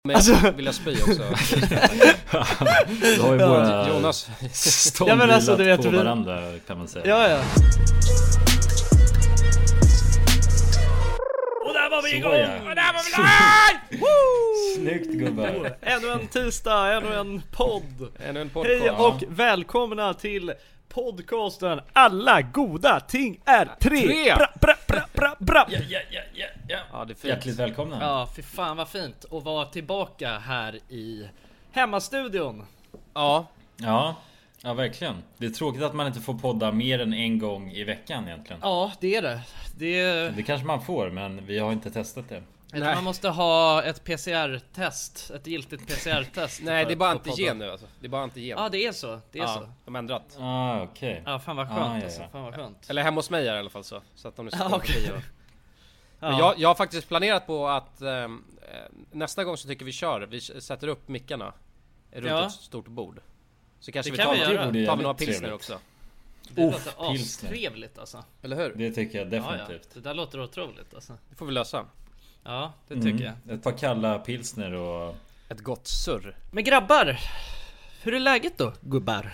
Men alltså... vill jag spy också. Då har ju båda Jonas stånd alltså, du vet, på varandra kan man säga. Ja. Och där var vi igång! Och där var vi live! Snyggt gubbar. Ännu en tisdag, ännu en podd. Hej och välkomna till podcasten Alla goda ting är tre. Bra. Ja, det är fint. Hjärtligt välkomna. Ja, fy fan vad fint att vara tillbaka här i hemmastudion. Ja, verkligen. Det är tråkigt att man inte får podda mer än en gång i veckan egentligen. Ja, det är det. Det kanske man får, men vi har inte testat det. Man måste ha ett PCR-test, ett giltigt PCR-test. Nej, det är bara antigen nu alltså. Det är bara antigen. Ja, det är så. Det är så. De har ändrat. Okej. Ja, fan vad skönt alltså. Fan vad skönt. Eller hemma hos mig är det i alla fall så att de nu ska okej. Men jag har faktiskt planerat på att nästa gång så tycker vi kör. Vi sätter upp mickarna runt ett stort bord. Så kanske det vi tar vi några pilsner också. Det låter astrevligt alltså. Eller hur? Det tycker jag definitivt. Det där låter otroligt alltså. Det får vi lösa. Ja, det tycker jag. Ett par kalla pilsner och ett gott surr. Men grabbar, hur är läget då, gubbar?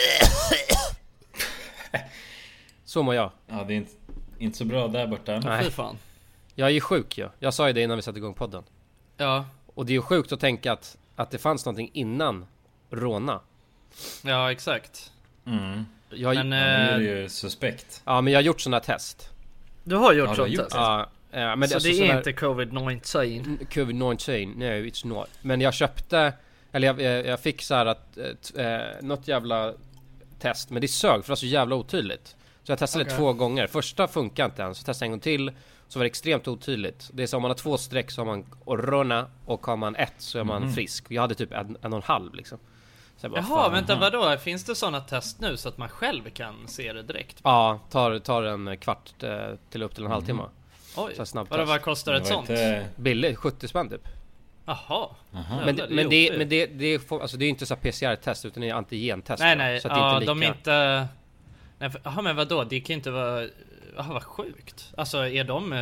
Så mår jag. Ja, det är inte så bra där borta. Nej, fan. Jag är ju sjuk ju. Jag sa ju det innan vi satte igång podden. Ja. Och det är ju sjukt att tänka att det fanns någonting innan Rona. Ja, exakt. Men nu är det ju suspekt. Ja, men jag har gjort sådana test. Du har gjort sådana test? Ja. Men så det är inte COVID-19? COVID-19, no it's not. Men jag köpte, eller jag fick så här att något jävla test, men det sög för det var så jävla otydligt. Så jag testade 2 gånger. Första funkar inte än, så testade jag en gång till. Så var det extremt otydligt. Det är så om man har 2 streck så har man corona, och har man 1 så är man frisk. Jag hade typ 1,5 liksom. Jaha, vänta, vadå? Finns det sådana test nu så att man själv kan se det direkt? Ja, tar en kvart till upp till en halvtimme. Oj, vad kostar ett sånt? Billigt, 70 spänn typ. Jaha. Men det är inte så PCR-test utan det är antigen-test. Nej, så att det är inte lika... de är inte... Jaha, men vadå? Det kan inte vara... Jaha, vad sjukt. Alltså, är de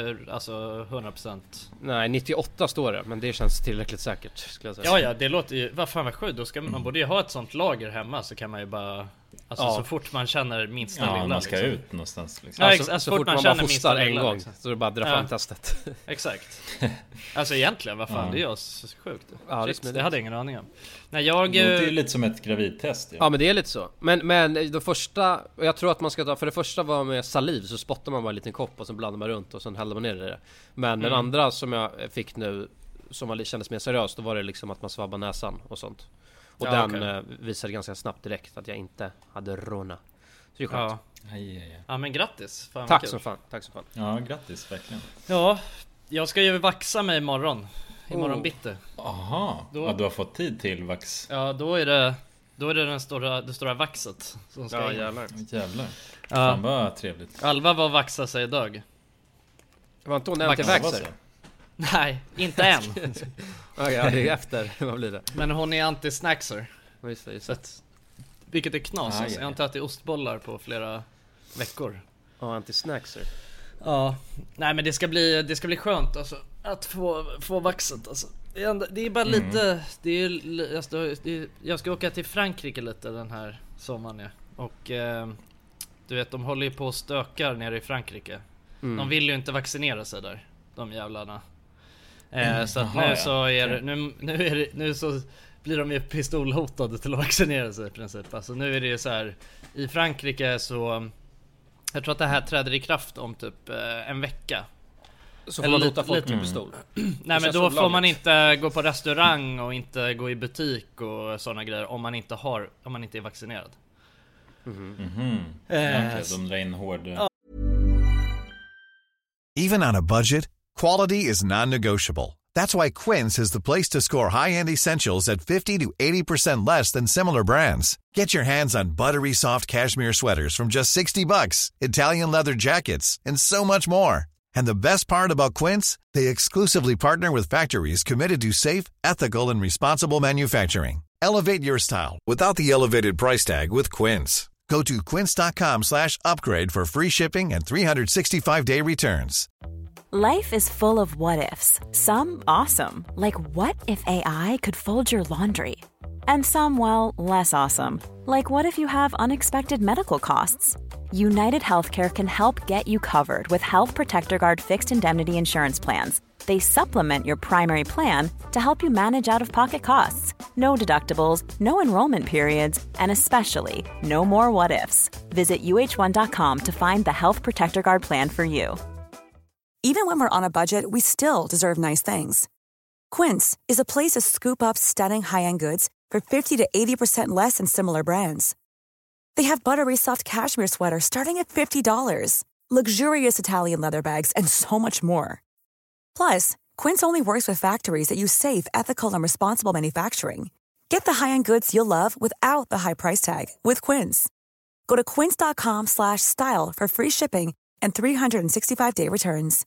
100%? Nej, 98 står det, men det känns tillräckligt säkert skulle jag säga. Ja, det låter ju... Vad fan vad sjukt. Då ska man borde ju ha ett sånt lager hemma, så kan man ju bara... Alltså så fort man känner minsta lilla... Ja, man ska liksom ut någonstans liksom. Ja, så fort man känner minsta en lilla, gång liksom. så är det bara att dra fram testet. Exakt. Alltså egentligen, vad fan, det är ju så sjukt. Ja, det hade jag ingen aning om. Nej, det är ju lite som ett gravidtest. Ja, men det är lite så. Men det första, och jag tror att man ska ta, för det första var med saliv, så spottar man bara en liten kopp och så blandar man runt och sen häller man ner det. Men den andra som jag fick nu, som kändes mer seriöst, då var det liksom att man svabbar näsan och sånt. Och den visade ganska snabbt direkt att jag inte hade Rona. Så det är skönt. Ja, men grattis. Fan, tack som fan. Ja, grattis verkligen. Ja, jag ska ju vaxa mig imorgon. Imorgon bitti. Aha, du har fått tid till vax. Ja, då är det det stora vaxet som ska in. Jävlar. Fan vad trevligt. Alva var vaxa sig idag. Var inte hon anti-vaxxer? Nej, inte än. Ja, det är efter. Vad blir det? Men hon är anti-snackser. Just det. Vilket är knas. Jag har inte ätit ostbollar på flera veckor. Ja, anti-snackser. Ja. Nej, men det ska bli skönt alltså, att få vaxet alltså. Det är bara lite jag ska åka till Frankrike lite den här sommaren, och du vet, de håller ju på och stökar nere i Frankrike. De vill ju inte vaccinera sig där, de jävlarna. Så att nu så är det, nu så blir de ju pistolhotade till att vaccinera sig i princip. Alltså nu är det ju så här i Frankrike, så jag tror att det här träder i kraft om typ en vecka. Så får man hota folk med pistol. Nej, men då får man inte gå på restaurang och inte gå i butik och sådana grejer om man inte är vaccinerad. Okej, de drar in hård. Even on a budget, quality is non-negotiable. That's why Quince is the place to score high-end essentials at 50 to 80% less than similar brands. Get your hands on buttery soft cashmere sweaters from just $60, Italian leather jackets, and so much more. And the best part about Quince, they exclusively partner with factories committed to safe, ethical, and responsible manufacturing. Elevate your style without the elevated price tag with Quince. Go to quince.com/upgrade for free shipping and 365-day returns. Life is full of what-ifs. Some awesome, like what if AI could fold your laundry? And some, well, less awesome, like what if you have unexpected medical costs? United Healthcare can help get you covered with Health Protector Guard fixed indemnity insurance plans. They supplement your primary plan to help you manage out-of-pocket costs. No deductibles, no enrollment periods, and especially no more what-ifs. Visit uh1.com to find the Health Protector Guard plan for you. Even when we're on a budget, we still deserve nice things. Quince is a place to scoop up stunning high-end goods for 50 to 80% less than similar brands. They have buttery soft cashmere sweaters starting at $50, luxurious Italian leather bags, and so much more. Plus, Quince only works with factories that use safe, ethical, and responsible manufacturing. Get the high-end goods you'll love without the high price tag with Quince. Go to quince.com/style for free shipping and 365-day returns.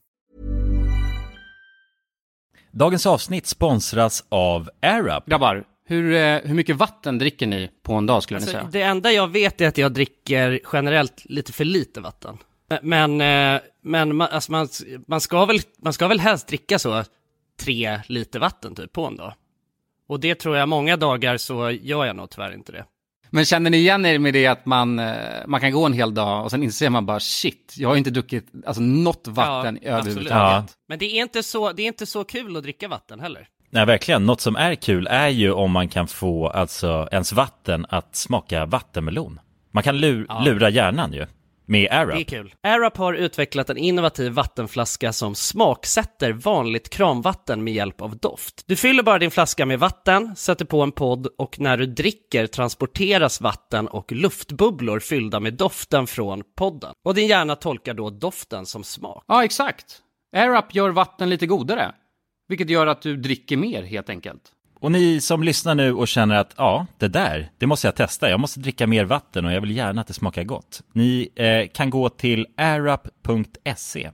Dagens avsnitt sponsras av AirUp. Grabbar, hur mycket vatten dricker ni på en dag skulle ni säga? Det enda jag vet är att jag dricker generellt lite för lite vatten. Men man ska väl helst dricka så 3 liter vatten typ på en dag. Och det tror jag många dagar så gör jag nog tyvärr inte det. Men känner ni igen er med det att man kan gå en hel dag och sen inser man bara shit, jag har inte druckit något vatten överhuvudtaget. Ja. Men det är inte så kul att dricka vatten heller. Nej, verkligen. Något som är kul är ju om man kan få alltså ens vatten att smaka vattenmelon. Man kan lura hjärnan ju med AirUp. Det är kul. AirUp har utvecklat en innovativ vattenflaska som smaksätter vanligt kranvatten med hjälp av doft. Du fyller bara din flaska med vatten, sätter på en podd och när du dricker transporteras vatten och luftbubblor fyllda med doften från podden. Och din hjärna tolkar då doften som smak. Ja, exakt. AirUp gör vatten lite godare, vilket gör att du dricker mer helt enkelt. Och ni som lyssnar nu och känner att det måste jag testa. Jag måste dricka mer vatten och jag vill gärna att det smakar gott. Ni kan gå till airup.se.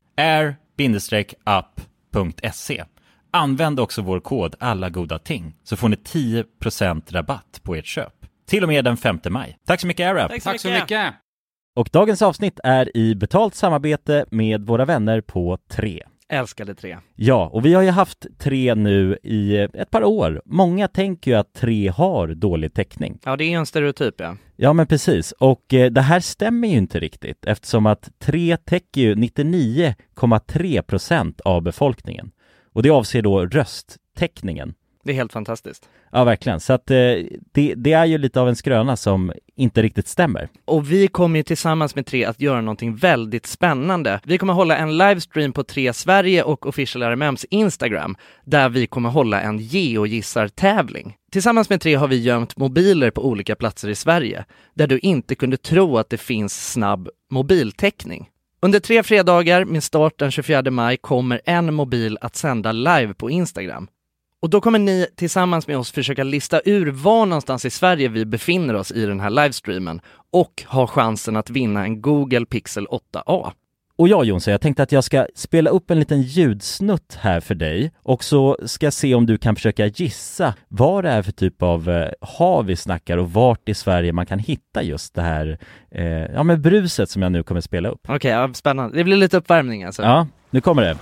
air-up.se. Använd också vår kod alla goda ting så får ni 10% rabatt på ert köp. Till och med den 5 maj. Tack så mycket AirUp. Tack så mycket. Och dagens avsnitt är i betalt samarbete med våra vänner på 3. Älskade 3. Ja, och vi har ju haft 3 nu i ett par år. Många tänker ju att 3 har dålig täckning. Ja, det är en stereotyp, ja. Ja, men precis. Och det här stämmer ju inte riktigt eftersom att 3 täcker ju 99,3% av befolkningen. Och det avser då rösttäckningen. Det är helt fantastiskt. Ja, verkligen. Så att det är ju lite av en skröna som inte riktigt stämmer. Och vi kommer ju tillsammans med 3 att göra någonting väldigt spännande. Vi kommer hålla en livestream på 3 Sverige och Official RMMs Instagram där vi kommer hålla en geogissartävling. Tillsammans med 3 har vi gömt mobiler på olika platser i Sverige där du inte kunde tro att det finns snabb mobiltäckning. Under 3 fredagar med start den 24 maj kommer en mobil att sända live på Instagram. Och då kommer ni tillsammans med oss försöka lista ur var någonstans i Sverige vi befinner oss i den här livestreamen och ha chansen att vinna en Google Pixel 8a. Och ja, Jonsson, jag tänkte att jag ska spela upp en liten ljudsnutt här för dig och så ska jag se om du kan försöka gissa vad det är för typ av hav vi snackar och vart i Sverige man kan hitta just det här med bruset som jag nu kommer spela upp. Okej, ja, spännande. Det blir lite uppvärmning alltså. Ja, nu kommer det.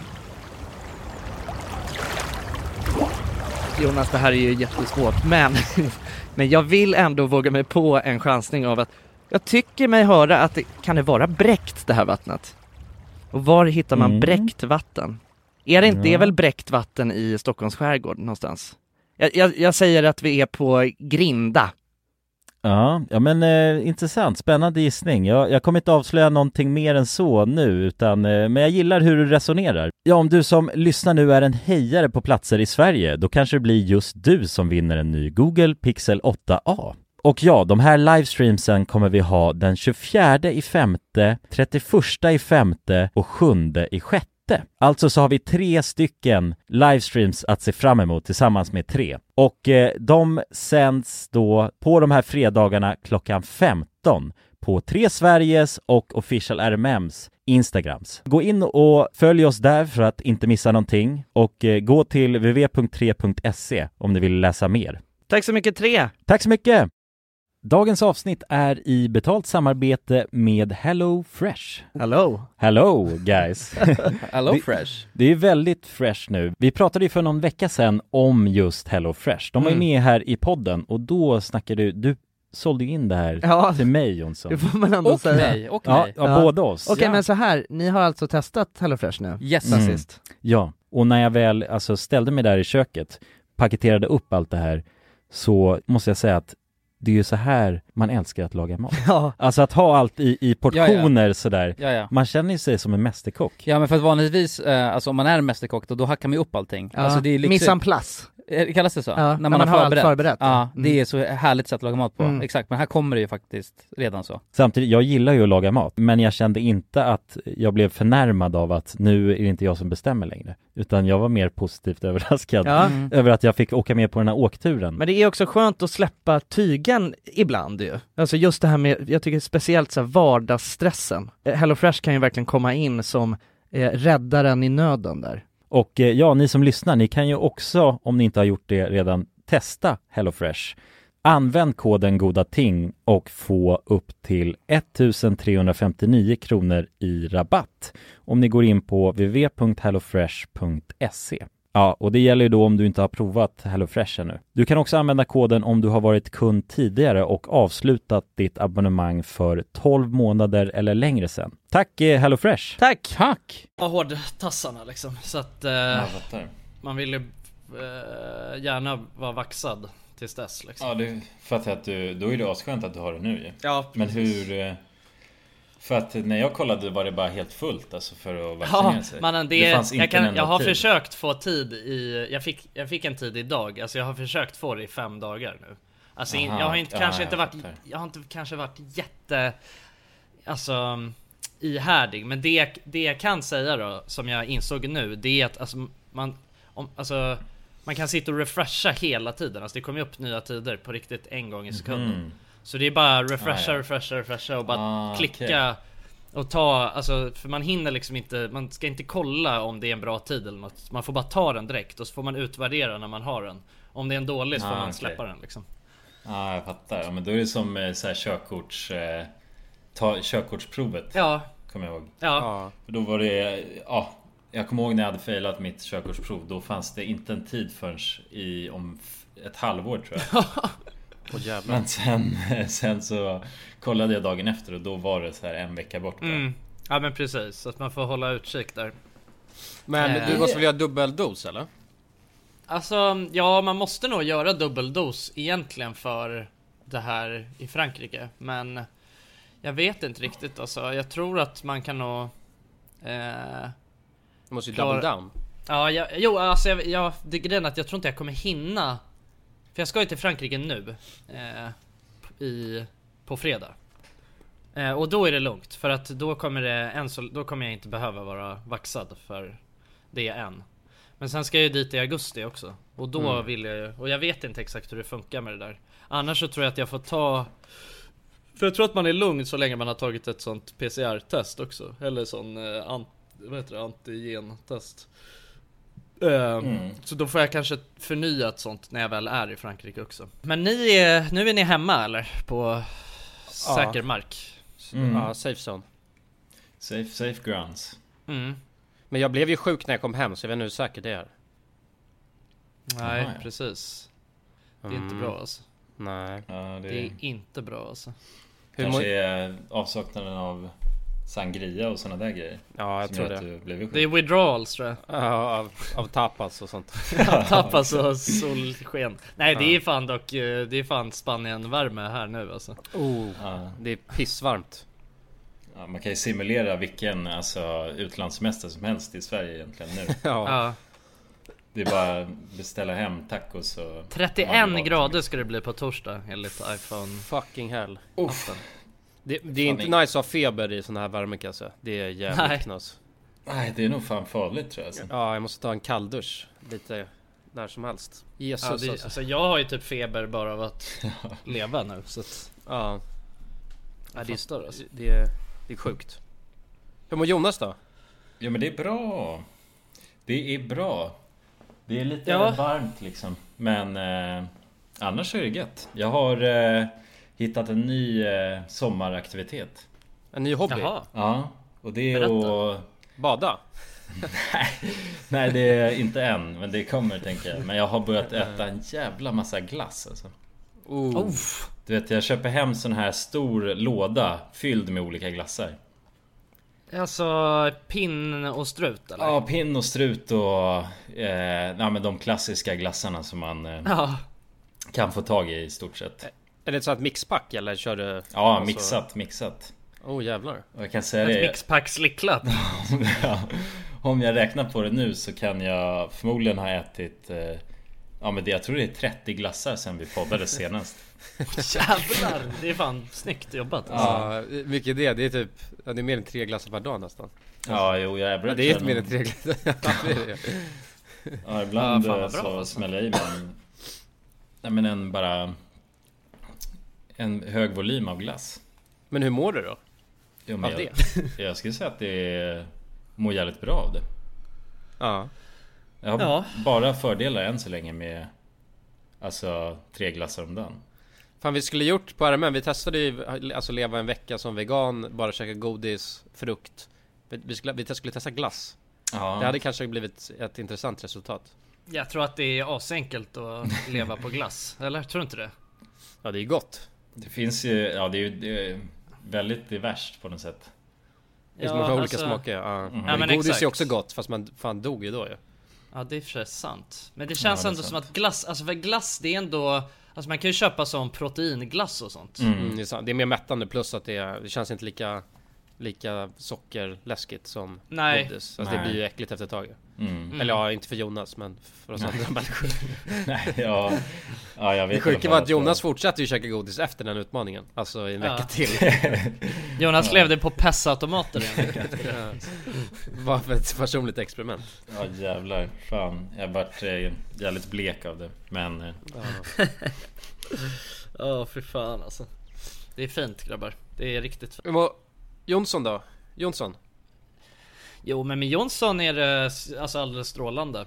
Jonas, det här är ju jättesvårt, men jag vill ändå våga mig på en chansning av att jag tycker mig höra att kan det vara bräckt det här vattnet? Och var hittar man bräckt vatten? Är det inte, det är väl bräckt vatten i Stockholms skärgård någonstans? Jag säger att vi är på Grinda. Ja men intressant, spännande gissning. Jag kommer inte avslöja någonting mer än så nu, men jag gillar hur du resonerar. Ja, om du som lyssnar nu är en hejare på platser i Sverige, då kanske det blir just du som vinner en ny Google Pixel 8a. Och ja, de här livestreamsen kommer vi ha den 24/5, 31/5 och 7/6. Alltså så har vi 3 stycken livestreams att se fram emot tillsammans med 3. Och de sänds då på de här fredagarna klockan 15 på 3 Sveriges och Official RMMs Instagrams. Gå in och följ oss där för att inte missa någonting och gå till www.3.se om ni vill läsa mer. Tack så mycket 3! Tack så mycket! Dagens avsnitt är i betalt samarbete med Hello Fresh. Hello guys. Hello Fresh. Det är väldigt fresh nu. Vi pratade ju för någon vecka sedan om just Hello Fresh. De var ju med här i podden och då snackade du sålde in det här till mig, Jonsson. Det får man ändå säga. Mig. Ja, båda oss. Okej, men så här, ni har alltså testat Hello Fresh nu? Yes. Sist. Ja, och när jag väl ställde mig där i köket, paketerade upp allt det här, så måste jag säga att det är ju så här man älskar att laga mat. Ja. Alltså att ha allt i portioner sådär. Ja. Man känner sig som en mästerkock. Ja, men för att vanligtvis, alltså om man är en mästerkock då hackar man ju upp allting. Ja. Alltså det är liksom... Mise en place. Kallas det så? Ja, när man har förberett. Ja, det är så härligt sätt att laga mat på. Exakt, men här kommer det ju faktiskt redan så. Samtidigt, jag gillar ju att laga mat, men jag kände inte att jag blev förnärmad av att nu är det inte jag som bestämmer längre. Utan jag var mer positivt överraskad över att jag fick åka med på den här åkturen. Men det är också skönt att släppa tygen ibland ju. Alltså just det här med, jag tycker speciellt så här vardagsstressen. Hello Fresh kan ju verkligen komma in som räddaren i nöden där. Och ja, ni som lyssnar, ni kan ju också, om ni inte har gjort det redan, testa HelloFresh. Använd koden GODATING och få upp till 1359 kronor i rabatt om ni går in på www.hellofresh.se. Ja, och det gäller ju då om du inte har provat HelloFresh ännu. Du kan också använda koden om du har varit kund tidigare och avslutat ditt abonnemang för 12 månader eller längre sedan. Tack HelloFresh! Tack! Ja, hårdtassarna liksom. Så att man vill ju gärna vara vaxad tills dess liksom. Ja, det fattar att då är det asskönt att du har det nu ju. Ja, men hur... För att när jag kollade var det bara helt fullt alltså för att vaccinera sig. Mannen, det fanns inte jag har tid. försökt få tid jag fick en tid idag. Alltså jag har försökt få det i 5 dagar nu. Alltså jag har inte kanske varit jätte ihärdig, men det jag kan säga då, som jag insåg nu, det är att man kan sitta och refresha hela tiden. Alltså det kommer upp nya tider på riktigt en gång i sekunden. Så det är bara refresha och bara klicka och ta, alltså för man hinner liksom inte, man ska inte kolla om det är en bra tid eller något. Man får bara ta den direkt och så får man utvärdera när man har den. Om det är en dålig så får man släppa den liksom. Ja, jag fattar. Ja, men då är det som så här körkortsprovet. Ja. Kommer jag ihåg. Ja. För då var det jag kommer ihåg när jag hade failat mitt körkortsprov. Då fanns det inte en tid förrän om ett halvår tror jag. Men sen så kollade jag dagen efter och då var det så här en vecka bort. Ja men precis, så att man får hålla utkik där. Men du måste väl göra dubbeldos eller? Alltså, ja man måste nog göra dubbeldos egentligen för det här i Frankrike. Men jag vet inte riktigt alltså. Jag tror att man kan nog du måste ju double down. Ja, det är grejen att jag tror inte jag kommer hinna. För jag ska ju till Frankrike nu på fredag. Och då är det lugnt. För att då kommer jag inte behöva vara vaxad för det än. Men sen ska jag ju dit i augusti också. Och då vill jag ju, och jag vet inte exakt hur det funkar med det där. Annars så tror jag att jag får ta... För jag tror att man är lugn så länge man har tagit ett sånt PCR-test också. Eller sån antigentest. Så då får jag kanske förnya ett sånt när jag väl är i Frankrike också. Men nu är ni hemma eller? På säker mark? Ja, safe zone. Safe grounds. Men jag blev ju sjuk när jag kom hem, så jag vet inte hur säkert det är. Nej, precis. Det är inte bra alltså. Nej, det är inte bra alltså. Kanske är avsaknaden av sangria och såna där grejer. Ja, jag tror det. Det är withdrawals tror jag. Ja, av tapas och sånt. Tapas och solsken. Nej, det är fan dock, det är fan Spanien-värme här nu alltså. Det är pissvarmt. Ja, man kan ju simulera vilken utlandssemester som helst i Sverige egentligen nu. Ja. Det är bara beställa hem tacos och 31 grader ska det bli på torsdag enligt iPhone. Fucking hell. Det är inte nice att ha feber i sån här värmekasse. Det är jävligt knas. Nej, det är nog fan farligt tror jag. Ja, jag måste ta en kalldusch lite när som helst. Jesus alltså jag har ju typ feber bara av att leva nu så att, det är större alltså. Det är sjukt. Hur mår Jonas då? Ja men det är bra. Det är lite varmt liksom. Men annars är det gött. Jag hittat en ny sommaraktivitet. En ny hobby? Jaha. Ja, och det är att... Bada? Nej, det är inte än, men det kommer tänker jag. Men jag har börjat äta en jävla massa glass alltså. Du vet, jag köper hem sån här stor låda fylld med olika glassar. Alltså pinn och strut eller? Ja, pinn och strut och men de klassiska glassarna som man kan få tag i stort sett. Är det ett sånt mixpack eller kör du? Ja, mixat. Jävlar. Och jag kan säga ett mixpack slicklat. Ja, om jag räknar på det nu så kan jag förmodligen ha ätit jag tror det är 30 glassar sen vi poddade senast. Jävlar, det är fan snyggt jobbat alltså. Ja, mycket det är typ det är mer än 3 glassar per dag nästan. Ja, jo, jag det är inte mer än 3 glassar. Ja, ibland så smäller jag i mig en hög volym av glass. Men hur mår du då? Jo, men jag skulle säga att det mår jävligt bra av det. Ja. Jag har bara fördelar än så länge med 3 glassar om dagen. Fan, vi skulle gjort på RMN. Vi testade ju leva en vecka som vegan, bara käka godis, frukt. Vi skulle testa glass. Ja. Det hade kanske blivit ett intressant resultat. Jag tror att det är asenkelt att leva på glass. Eller tror du inte det? Ja, det är gott. Det finns ju, det är väldigt diverst på något sätt. Det är många olika smaker. Ja. Men godis exakt. Är också gott, fast man fan dog ju då ju. Ja, det är för sig sant. Men det känns ändå som att glass, för glass det är ändå, man kan ju köpa som proteinglass och sånt. Det är sant. Det är mer mättande, plus att det känns inte lika sockerläskigt som godis. Det blir ju äckligt efter ett tag. Eller inte för Jonas, men för oss andra människor. Jag vet. Det sjuka var att Jonas fortsatte ju käka godis efter den utmaningen. Alltså i en vecka till. Jonas levde på pessautomater i en vecka. Vad för ett personligt experiment. Ja, jävlar. Fan, jag vart jävligt blek av det. Men fy fan alltså. Det är fint, grabbar. Det är riktigt fint. Jonsson då? Jonsson? Jo, men med Jonsson är det alldeles strålande.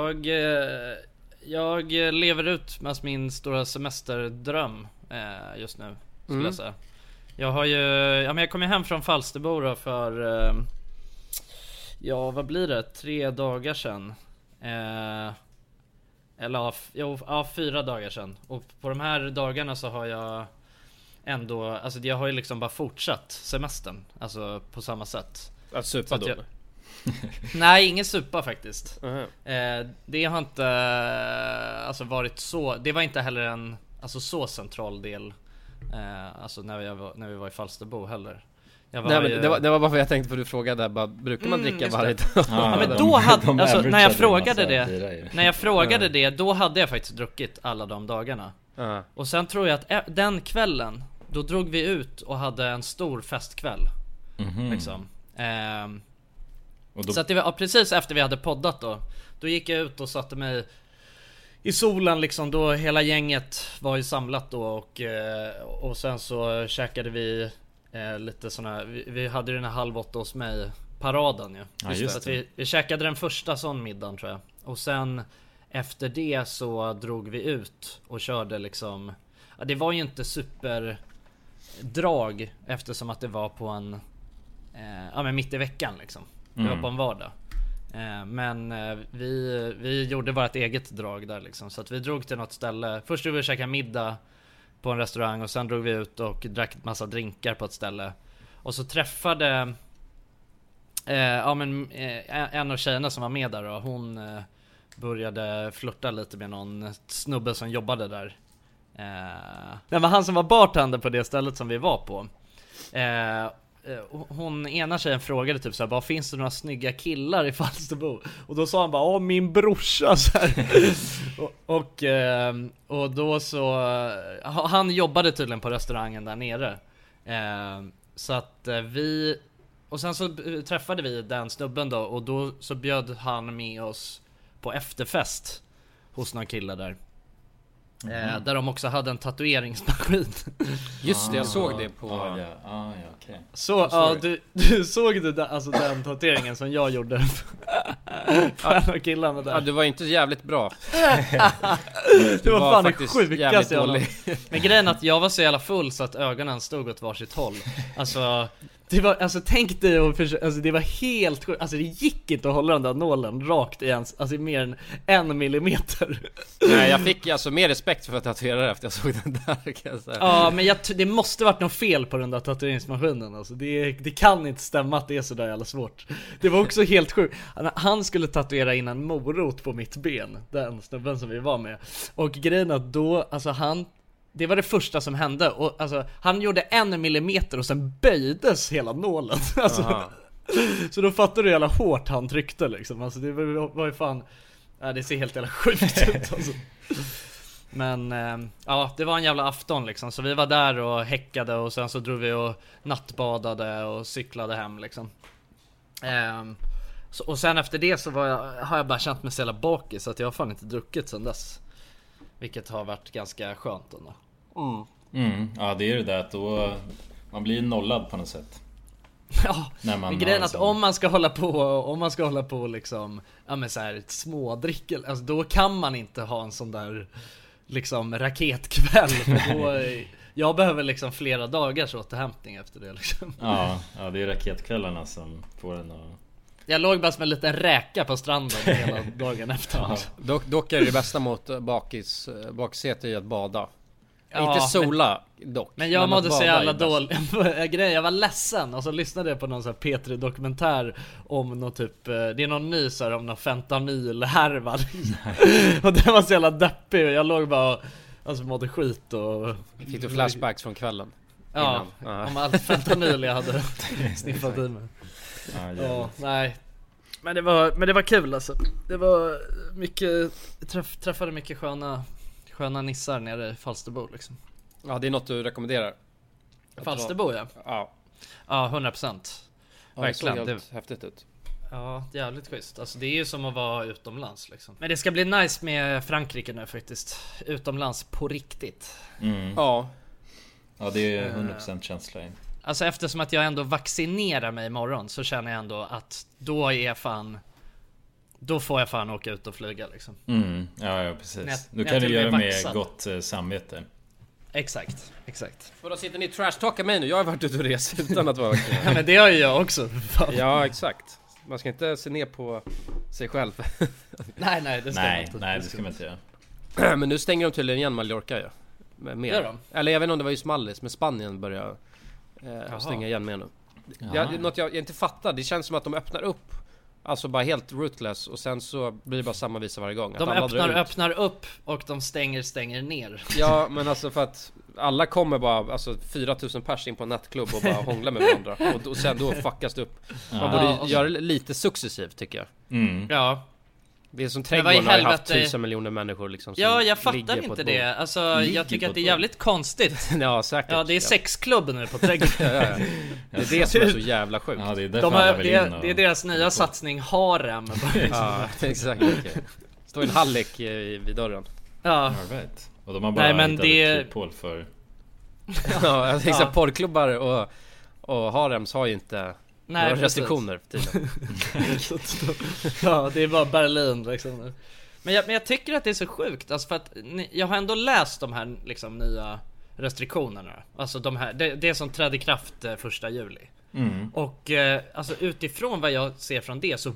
Jag lever ut med min stora semesterdröm just nu, skulle jag säga. Jag har ju, jag kom hem från Falsterbo då för vad blir det? 3 dagar sedan. 4 dagar sedan. Och på de här dagarna så har jag ändå, jag har ju liksom bara fortsatt semestern, på samma sätt. Att supa då? Nej, ingen supa faktiskt. Det har inte varit så. Det var inte heller en så central del när vi var i Falsterbo heller. Det var bara för jag tänkte på, du frågade bara, brukar man dricka varje dag? Men då hade när jag frågade det, då hade jag faktiskt druckit alla de dagarna. Och sen tror jag att den kvällen, då drog vi ut och hade en stor festkväll. Liksom. Så att det var precis efter vi hade poddat då gick jag ut och satte mig i solen liksom, då hela gänget var ju samlat då, och sen så käkade vi lite såna, vi hade den här 7:30 hos mig paraden ju. Just att vi käkade den första sån middagen tror jag. Och sen efter det så drog vi ut och körde liksom, det var ju inte superdrag eftersom att det var på en mitt i veckan liksom. Det var på en vardag. Men vi gjorde bara ett eget drag där liksom. Så att vi drog till något ställe. Först drog vi käka middag på en restaurang, och sen drog vi ut och drack ett massa drinkar på ett ställe. Och så träffade en av tjejerna som var med där, och hon började flirta lite med någon snubbe som jobbade där. Det var han som var bartender på det stället som vi var på. Hon ena tjejen frågade typ så här, vad finns det några snygga killar i Falsterbo? Och då sa han bara, min brorsa så här. och då så han jobbade tydligen på restaurangen där nere. Så att och sen så träffade vi den snubben då, och då så bjöd han med oss på efterfest hos någon kille där. Där de också hade en tatueringsmaskin. Just det, jag såg det på okay. Så du såg det där, den tatueringen som jag gjorde. killarna där. Ja, du var inte jävligt bra. Det var fan det faktiskt sjukaste jag dålig. Men grejen att jag var så jävla full så att ögonen stod åt varsitt håll. Alltså det var, alltså tänk dig och alltså det var helt sjukt. Alltså det gick inte att hålla den där nålen rakt i ens, alltså mer än 1 millimeter. Nej, jag fick alltså mer respekt för att tatuera efter jag såg den där, kan jag säga. Ja, men det måste varit något fel på den där tatueringsmaskinen alltså. Det kan inte stämma att det är så där jävla svårt. Det var också helt sjukt. Han skulle tatuera in en morot på mitt ben, den snubben som vi var med. Och grejen att då, alltså det var det första som hände. Och alltså, han gjorde 1 millimeter och sen böjdes hela nålen. Alltså, så då fattar du hur jävla hårt han tryckte liksom. Alltså det var ju fan, det ser helt jävla sjukt ut alltså. Men ja, det var en jävla afton liksom. Så vi var där och häckade och sen så drog vi och nattbadade och cyklade hem liksom. Och sen efter det så har jag bara känt mig så jävla bakis så att jag har fan inte druckit sen dess. Vilket har varit ganska skönt ändå. Ja, det är det där att då man blir nollad på något sätt. Ja, men grejen att om man ska hålla på liksom, ja men så här smådrickel, alltså då kan man inte ha en sån där liksom raketkväll, för då jag behöver liksom flera dagars återhämtning efter det liksom. Ja, det är raketkvällarna som får en att... Jag låg bara som en liten räka på stranden hela dagen efter. Dock är det bästa mot bakset i att bada. Ja, inte sola dock. Men jag mådde så jävla dålig grej. Jag var ledsen och så lyssnade jag på någon sån här P3 dokumentär om någon typ, det är någon ny så här, om någon fentanyl-härva. Och det var så jävla deppig och jag låg bara alltså mådde skit och... Fick du flashbacks från kvällen? Ja, om allt fentanyl jag hade sniffat i mig. Ja, nej. Men det var kul alltså. Det var mycket, träffade mycket sköna nissar nere i Falsterbo liksom. Ja, det är något du rekommenderar. Falsterbo, ja. Ja, 100%. Verkligen. Det såg helt häftigt ut. Ja, jävligt schysst. Alltså det är ju som att vara utomlands liksom. Men det ska bli nice med Frankrike nu faktiskt. Utomlands på riktigt. Ja, det är 100% känsla. Alltså eftersom att jag ändå vaccinerar mig imorgon så känner jag ändå att då får jag fan åka ut och flyga liksom. Ja, precis. Nu kan du göra med gott samvete. Exakt. För då sitter ni trash-talkar mig nu. Jag har varit ute och rest utan att vara vaccinerad. Ja, men det har ju jag också. Ja, exakt. Man ska inte se ner på sig själv. Nej, det ska man inte. Nej, det ska man inte göra. Men nu stänger de tydligen igen Mallorca ju. Gör de? Eller jag vet inte om det var ju Smallis, men Spanien börjar stänga igen med nu. Något jag inte fattar. Det känns som att de öppnar upp, alltså bara helt rootless, och sen så blir det bara samma visa varje gång. De öppnar upp och de stänger ner. Ja, men alltså för att alla kommer bara, alltså 4000 pers in på en nattklubb och bara hånglar med varandra. Och sen då fuckas det upp. Man borde göra lite successivt tycker jag. Ja. Det är som trädgården har haft 1000 miljoner människor liksom. Ja, jag fattar inte det. Alltså, jag tycker att det är jävligt konstigt. Ja, säkert. Ja, det är sexklubben nu på trädgården. Det är det som är så jävla sjukt. Ja, det är det är deras nya satsning, Harem. Ja, exakt. Står en hallick vid dörren. Ja. Right. Och de har bara hittat ett kryphål för... Ja, jag tänkte porrklubbar och harems har ju inte några restriktioner tydligen. Ja, det är bara Berlin liksom. Men jag tycker att det är så sjukt, alltså för att jag har ändå läst de här liksom nya restriktionerna. Alltså de här, det som trädde i kraft 1 juli. Och alltså utifrån vad jag ser från det så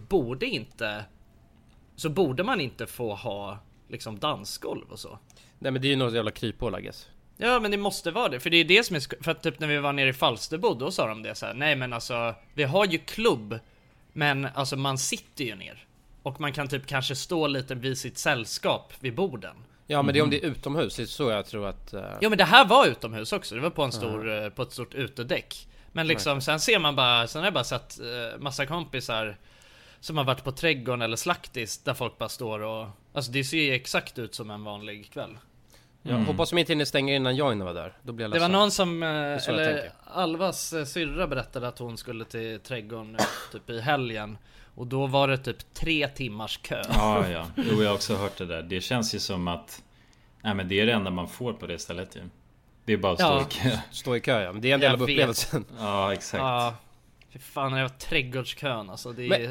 borde man inte få ha liksom dansgolv och så. Nej, men det är ju något jävla kryphål, I guess. Ja, men det måste vara det. För det är det som är... För att typ när vi var nere i Falsterbo, då sa de det så här: nej men alltså, vi har ju klubb, men alltså man sitter ju ner. Och man kan typ kanske stå lite vid sitt sällskap vid borden. Ja, men det är om det är utomhus, det är så jag tror att... Jo, men det här var utomhus också. Det var på på ett stort utedäck. Men liksom, sen ser man bara... Sen har jag bara sett massa kompisar som har varit på trädgården eller slaktis, där folk bara står och... Alltså det ser ju exakt ut som en vanlig kväll. Jag hoppas som inte hinner stänga innan jag var där. Då blir jag ledsen. Det var någon som... eller Alvas syrra berättade att hon skulle till trädgården typ i helgen. Och då var det typ 3 timmars kö. Ja. Jo, jag har också hört det där. Det känns ju som att... Nej, men det är det enda man får på det stället ju. Det är bara att stå i kö. Stå i kö, ja. Men det är en del av upplevelsen. Ja, exakt. Ja. Fy fan, det var trädgårdskön alltså. Det är...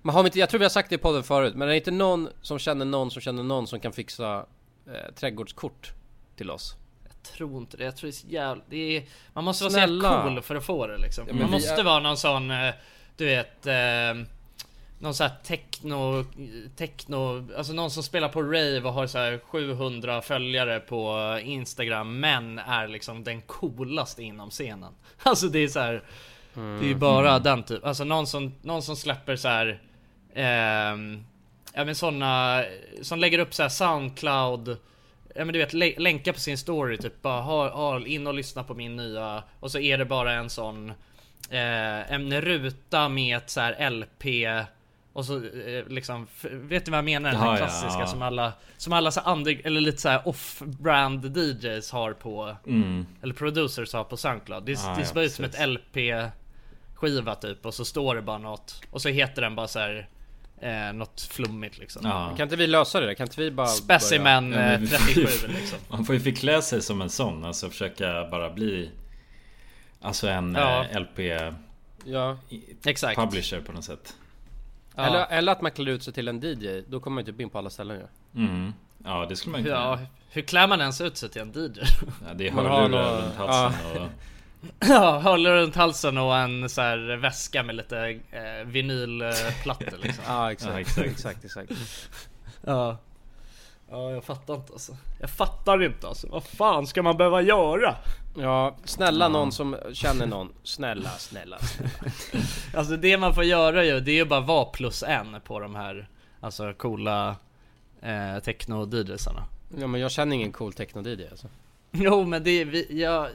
Men har vi inte, jag tror vi har sagt det i podden förut, men är det inte någon som känner någon som kan fixa trädgårdskort till oss? Jag tror inte det. Jag tror det är så jävla... man måste vara så jävla cool för att få det liksom. Man måste vara någon sån, du vet, någon sån här techno, alltså någon som spelar på rave och har så här 700 följare på Instagram, men är liksom den coolaste inom scenen. Alltså det är så här, det är bara den typ. Alltså någon som släpper så här, ja men såna som lägger upp så här SoundCloud, ja men du vet, länka på sin story typ, bara ha in och lyssna på min nya, och så är det bara en sån en ruta med ett så här LP. Och så liksom, vet du vad jag menar? Den klassiska som alla så andra, eller lite så här off-brand DJs har på, eller producers har på SoundCloud. Det ser bara ut som ett LP-skiva typ, och så står det bara något, och så heter den bara så här något flummigt liksom. Kan inte vi lösa det? Kan inte vi bara Specimen 37 liksom? Man får ju förklä sig som en sån, alltså försöka bara bli, alltså en LP exakt, publisher på något sätt. Eller att man klär ut sig till en DJ. Då kommer man typ in på alla ställen Ja, det skulle man kunna. Ja, hur klär man ens ut sig till en DJ? Ja, det är hörlurar runt halsen och... Ja, hörlurar runt halsen och en så här väska med lite vinylplattor liksom. Ja, exakt. Ja, jag fattar inte alltså. Vad fan ska man behöva göra? Ja, snälla någon som känner någon. Snälla. Alltså det man får göra ju, det är ju bara vara +1 på de här, alltså coola techno-DJsarna. Ja, men jag känner ingen cool techno-DJ alltså. Jo, men det är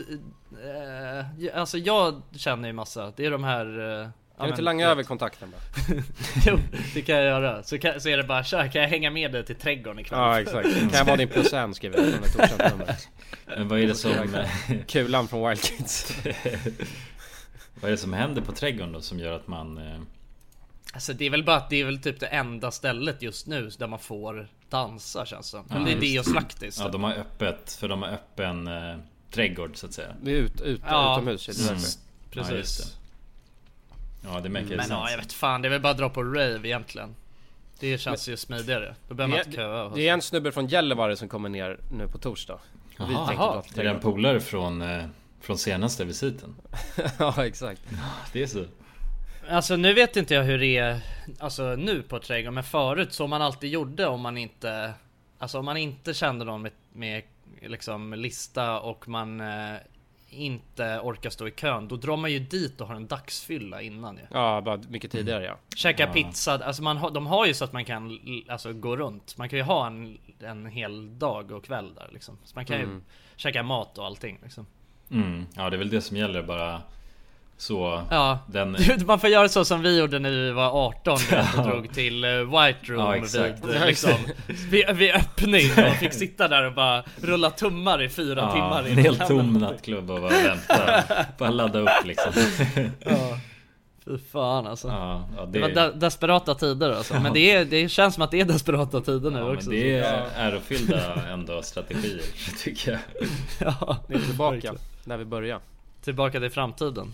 alltså jag känner ju massa. Det är de här kan du inte langa över kontakten bara? Jo, det kan jag göra. Så är det bara, kan jag hänga med dig till trädgården ikväll? Ja, exakt. Kan jag vara din +1, skriver jag från ett okänt nummer. Men vad är det som... Kulan från Wild Kids. Vad är det som händer på trädgården då, som gör att man... Alltså det är väl bara att det är väl typ det enda stället just nu där man får dansa, känns det. Men det är det och Slaktis. Ja, de har öppen trädgård så att säga. Det är utomhus. Precis. Ja, det märker jag. Men jag vet fan, det är väl bara att dra på rave egentligen. Det känns ju smidigare. Då behöver man inte köa. Det är en snubbe från Gällivare som kommer ner nu på torsdag. Jaha, är det en polare från senaste visiten? Ja, exakt. Det är så. Alltså nu vet inte jag hur det är, alltså nu på trädgården, men förut så man alltid gjorde om man inte kände någon med liksom lista och man inte orkar stå i kön, då drar man ju dit och har en dagsfylla innan ju. Ja, bara mycket tidigare, ja. Käka pizza, alltså de har ju så att man kan alltså gå runt. Man kan ju ha en hel dag och kväll där liksom. Så man kan ju käka mat och allting liksom. Ja, det är väl det som gäller bara. Så man får göra så som vi gjorde när vi var 18 och drog till White Room vid öppning och fick sitta där och bara rulla tummar i 4 timmar. En helt tom nattklubb och bara vänta. Bara ladda upp liksom. Fy fan alltså. Det var desperata tider alltså. Men det känns som att det är desperata tider nu också. Men det är ärofyllda ändå strategier, tycker jag. Ja, det är tillbaka när vi börjar. Tillbaka till framtiden.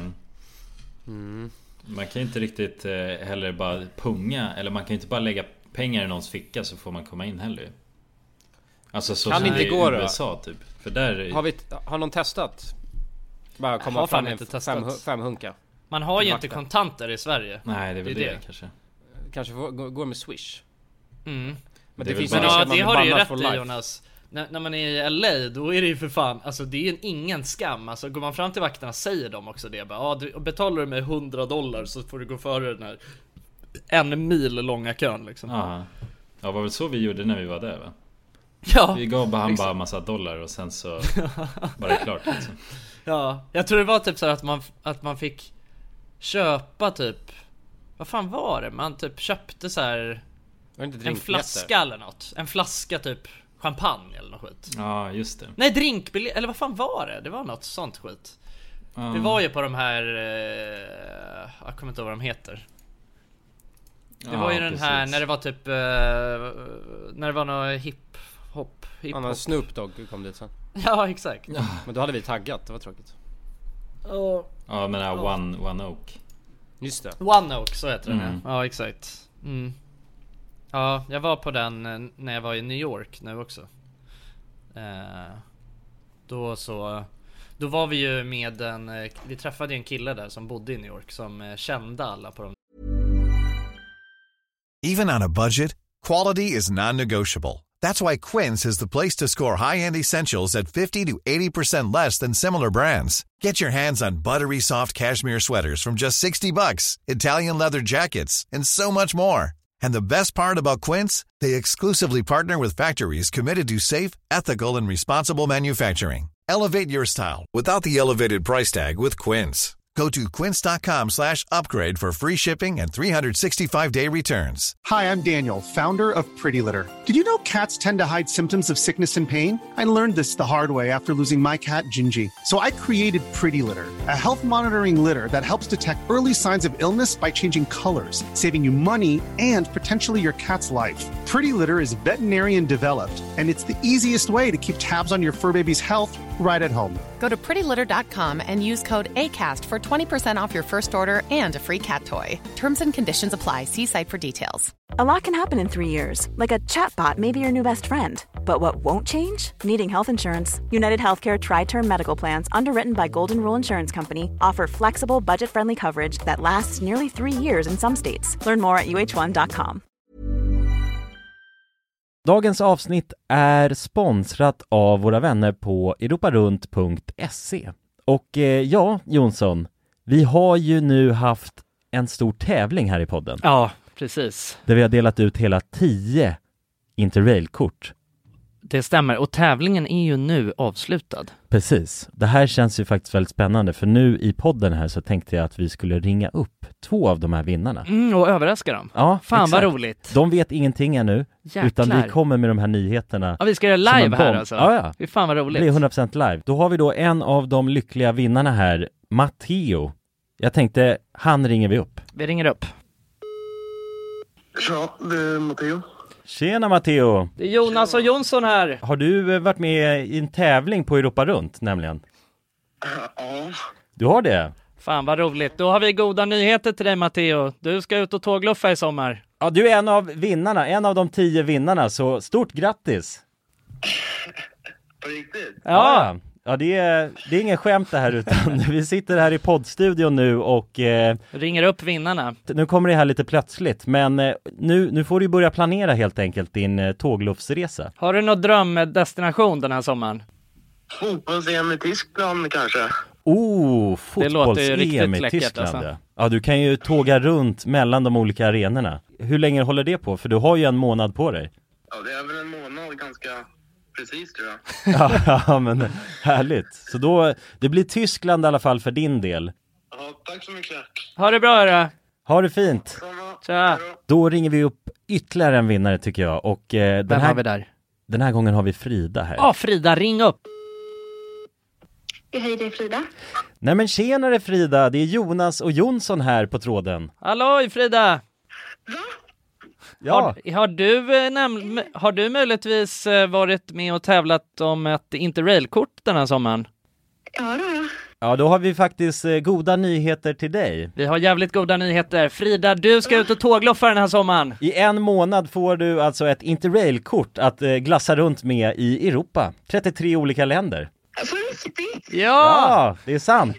Man kan inte riktigt heller bara punga, eller man kan inte bara lägga pengar i någons ficka så får man komma in heller. Alltså så kan som inte i gå USA typ. För där har någon testat? Bara komma fram med 5 hunka. Man har ju inte kontanter i Sverige. Nej, det är väl det kanske. Kanske går med Swish. Men det finns det har du ju rätt i, Jonas. När man är i LA, då är det ju för fan, alltså det är ju ingen skam. Alltså går man fram till vakterna säger de också det, bara, betalar du med $100 så får du gå före den här 1 mil långa kön liksom. Ja, var väl så vi gjorde när vi var där, va? Ja, vi gav han bara massa dollar och sen så var det klart liksom. Ja, jag tror det var typ så att man fick köpa typ, vad fan var det? Man typ köpte så här en flaska eller något. En flaska typ champagne eller något skit. Ja, just det. Nej, drinkbiljett, eller vad fan var det? Det var något sånt skit. Det var ju på de här jag kommer inte ihåg vad de heter. Det var ju den här när det var typ när det var något hiphop. Snoop Dogg kom dit sen. Ja, exakt. Men då hade vi taggat, det var tråkigt. Ja, men One Oak. Just det. ONEOK, så heter den. Ja, exakt. Ja, jag var på den när jag var i New York nu också. Då var vi ju med vi träffade en kille där som bodde i New York som kände alla på dem. Even on a budget, quality is non-negotiable. That's why Quince is the place to score high-end essentials at 50 to 80% less than similar brands. Get your hands on buttery soft cashmere sweaters from just $60, Italian leather jackets, and so much more. And the best part about Quince, they exclusively partner with factories committed to safe, ethical, and responsible manufacturing. Elevate your style without the elevated price tag with Quince. Go to quince.com/upgrade for free shipping and 365-day returns. Hi, I'm Daniel, founder of Pretty Litter. Did you know cats tend to hide symptoms of sickness and pain? I learned this the hard way after losing my cat, Gingy. So I created Pretty Litter, a health monitoring litter that helps detect early signs of illness by changing colors, saving you money and potentially your cat's life. Pretty Litter is veterinarian developed, and it's the easiest way to keep tabs on your fur baby's health right at home. Go to prettylitter.com and use code ACAST for 20% off your first order and a free cat toy. Terms and conditions apply. See site for details. A lot can happen in 3 years, like a chatbot may be your new best friend. But what won't change? Needing health insurance. United Healthcare Tri-Term Medical Plans, underwritten by Golden Rule Insurance Company, offer flexible, budget-friendly coverage that lasts nearly 3 years in some states. Learn more at uh1.com. Dagens avsnitt är sponsrat av våra vänner på europarunt.se. Och ja, Jonsson, vi har ju nu haft en stor tävling här i podden. Ja, precis. Där vi har delat ut hela 10 Interrail-kort. Det stämmer, och tävlingen är ju nu avslutad. Precis. Det här känns ju faktiskt väldigt spännande, för nu i podden här så tänkte jag att vi skulle ringa upp 2 av de här vinnarna. Och överraska dem. Ja, fan exakt. Vad roligt. De vet ingenting ännu. Jäklar. Utan vi kommer med de här nyheterna. Ja, vi ska göra live här alltså. Ja. Det är fan vad roligt. Det är 100% live. Då har vi då en av de lyckliga vinnarna här, Matteo. Jag tänkte, han ringer vi upp. Vi ringer upp. Ja, det är Matteo. Tjena Matteo! Det är Jonas och Jonsson här. Har du varit med i en tävling på Europa Runt nämligen? Ja. Du har det? Fan vad roligt. Då har vi goda nyheter till dig Matteo. Du ska ut och tågluffa i sommar. Ja, du är en av vinnarna, en av de 10 vinnarna, så stort grattis! På riktigt? Ja, det är ingen skämt det här, utan vi sitter här i poddstudion nu och ringer upp vinnarna. Nu kommer det här lite plötsligt, men nu får du börja planera helt enkelt din tågluffsresa. Har du någon drömdestination den här sommaren? Fotbolls-EM i Tyskland kanske. Fotbolls-EM i Tyskland. Alltså. Ja, du kan ju tåga runt mellan de olika arenorna. Hur länge håller det på? För du har ju en månad på dig. Ja, det är väl en månad ganska precis tror jag. Ja, men härligt. Så då, det blir Tyskland i alla fall för din del. Ja, tack så mycket. Ha det bra då. Ha det fint. Tja. Då ringer vi upp ytterligare en vinnare tycker jag. Och Vem har vi där? Den här gången har vi Frida här. Ja, Frida, ring upp. Hej, det är Frida. Nej men tjenare Frida, det är Jonas och Jonsson här på tråden. Hallå Frida! Va? Ja. Har du möjligtvis varit med och tävlat om ett Interrail-kort den här sommaren? Ja, då. Ja, då har vi faktiskt goda nyheter till dig. Vi har jävligt goda nyheter. Frida, du ska ut och tågluffa den här sommaren. I en månad får du alltså ett Interrail-kort att glassa runt med i Europa. 33 olika länder. På riktigt? Ja, det är sant.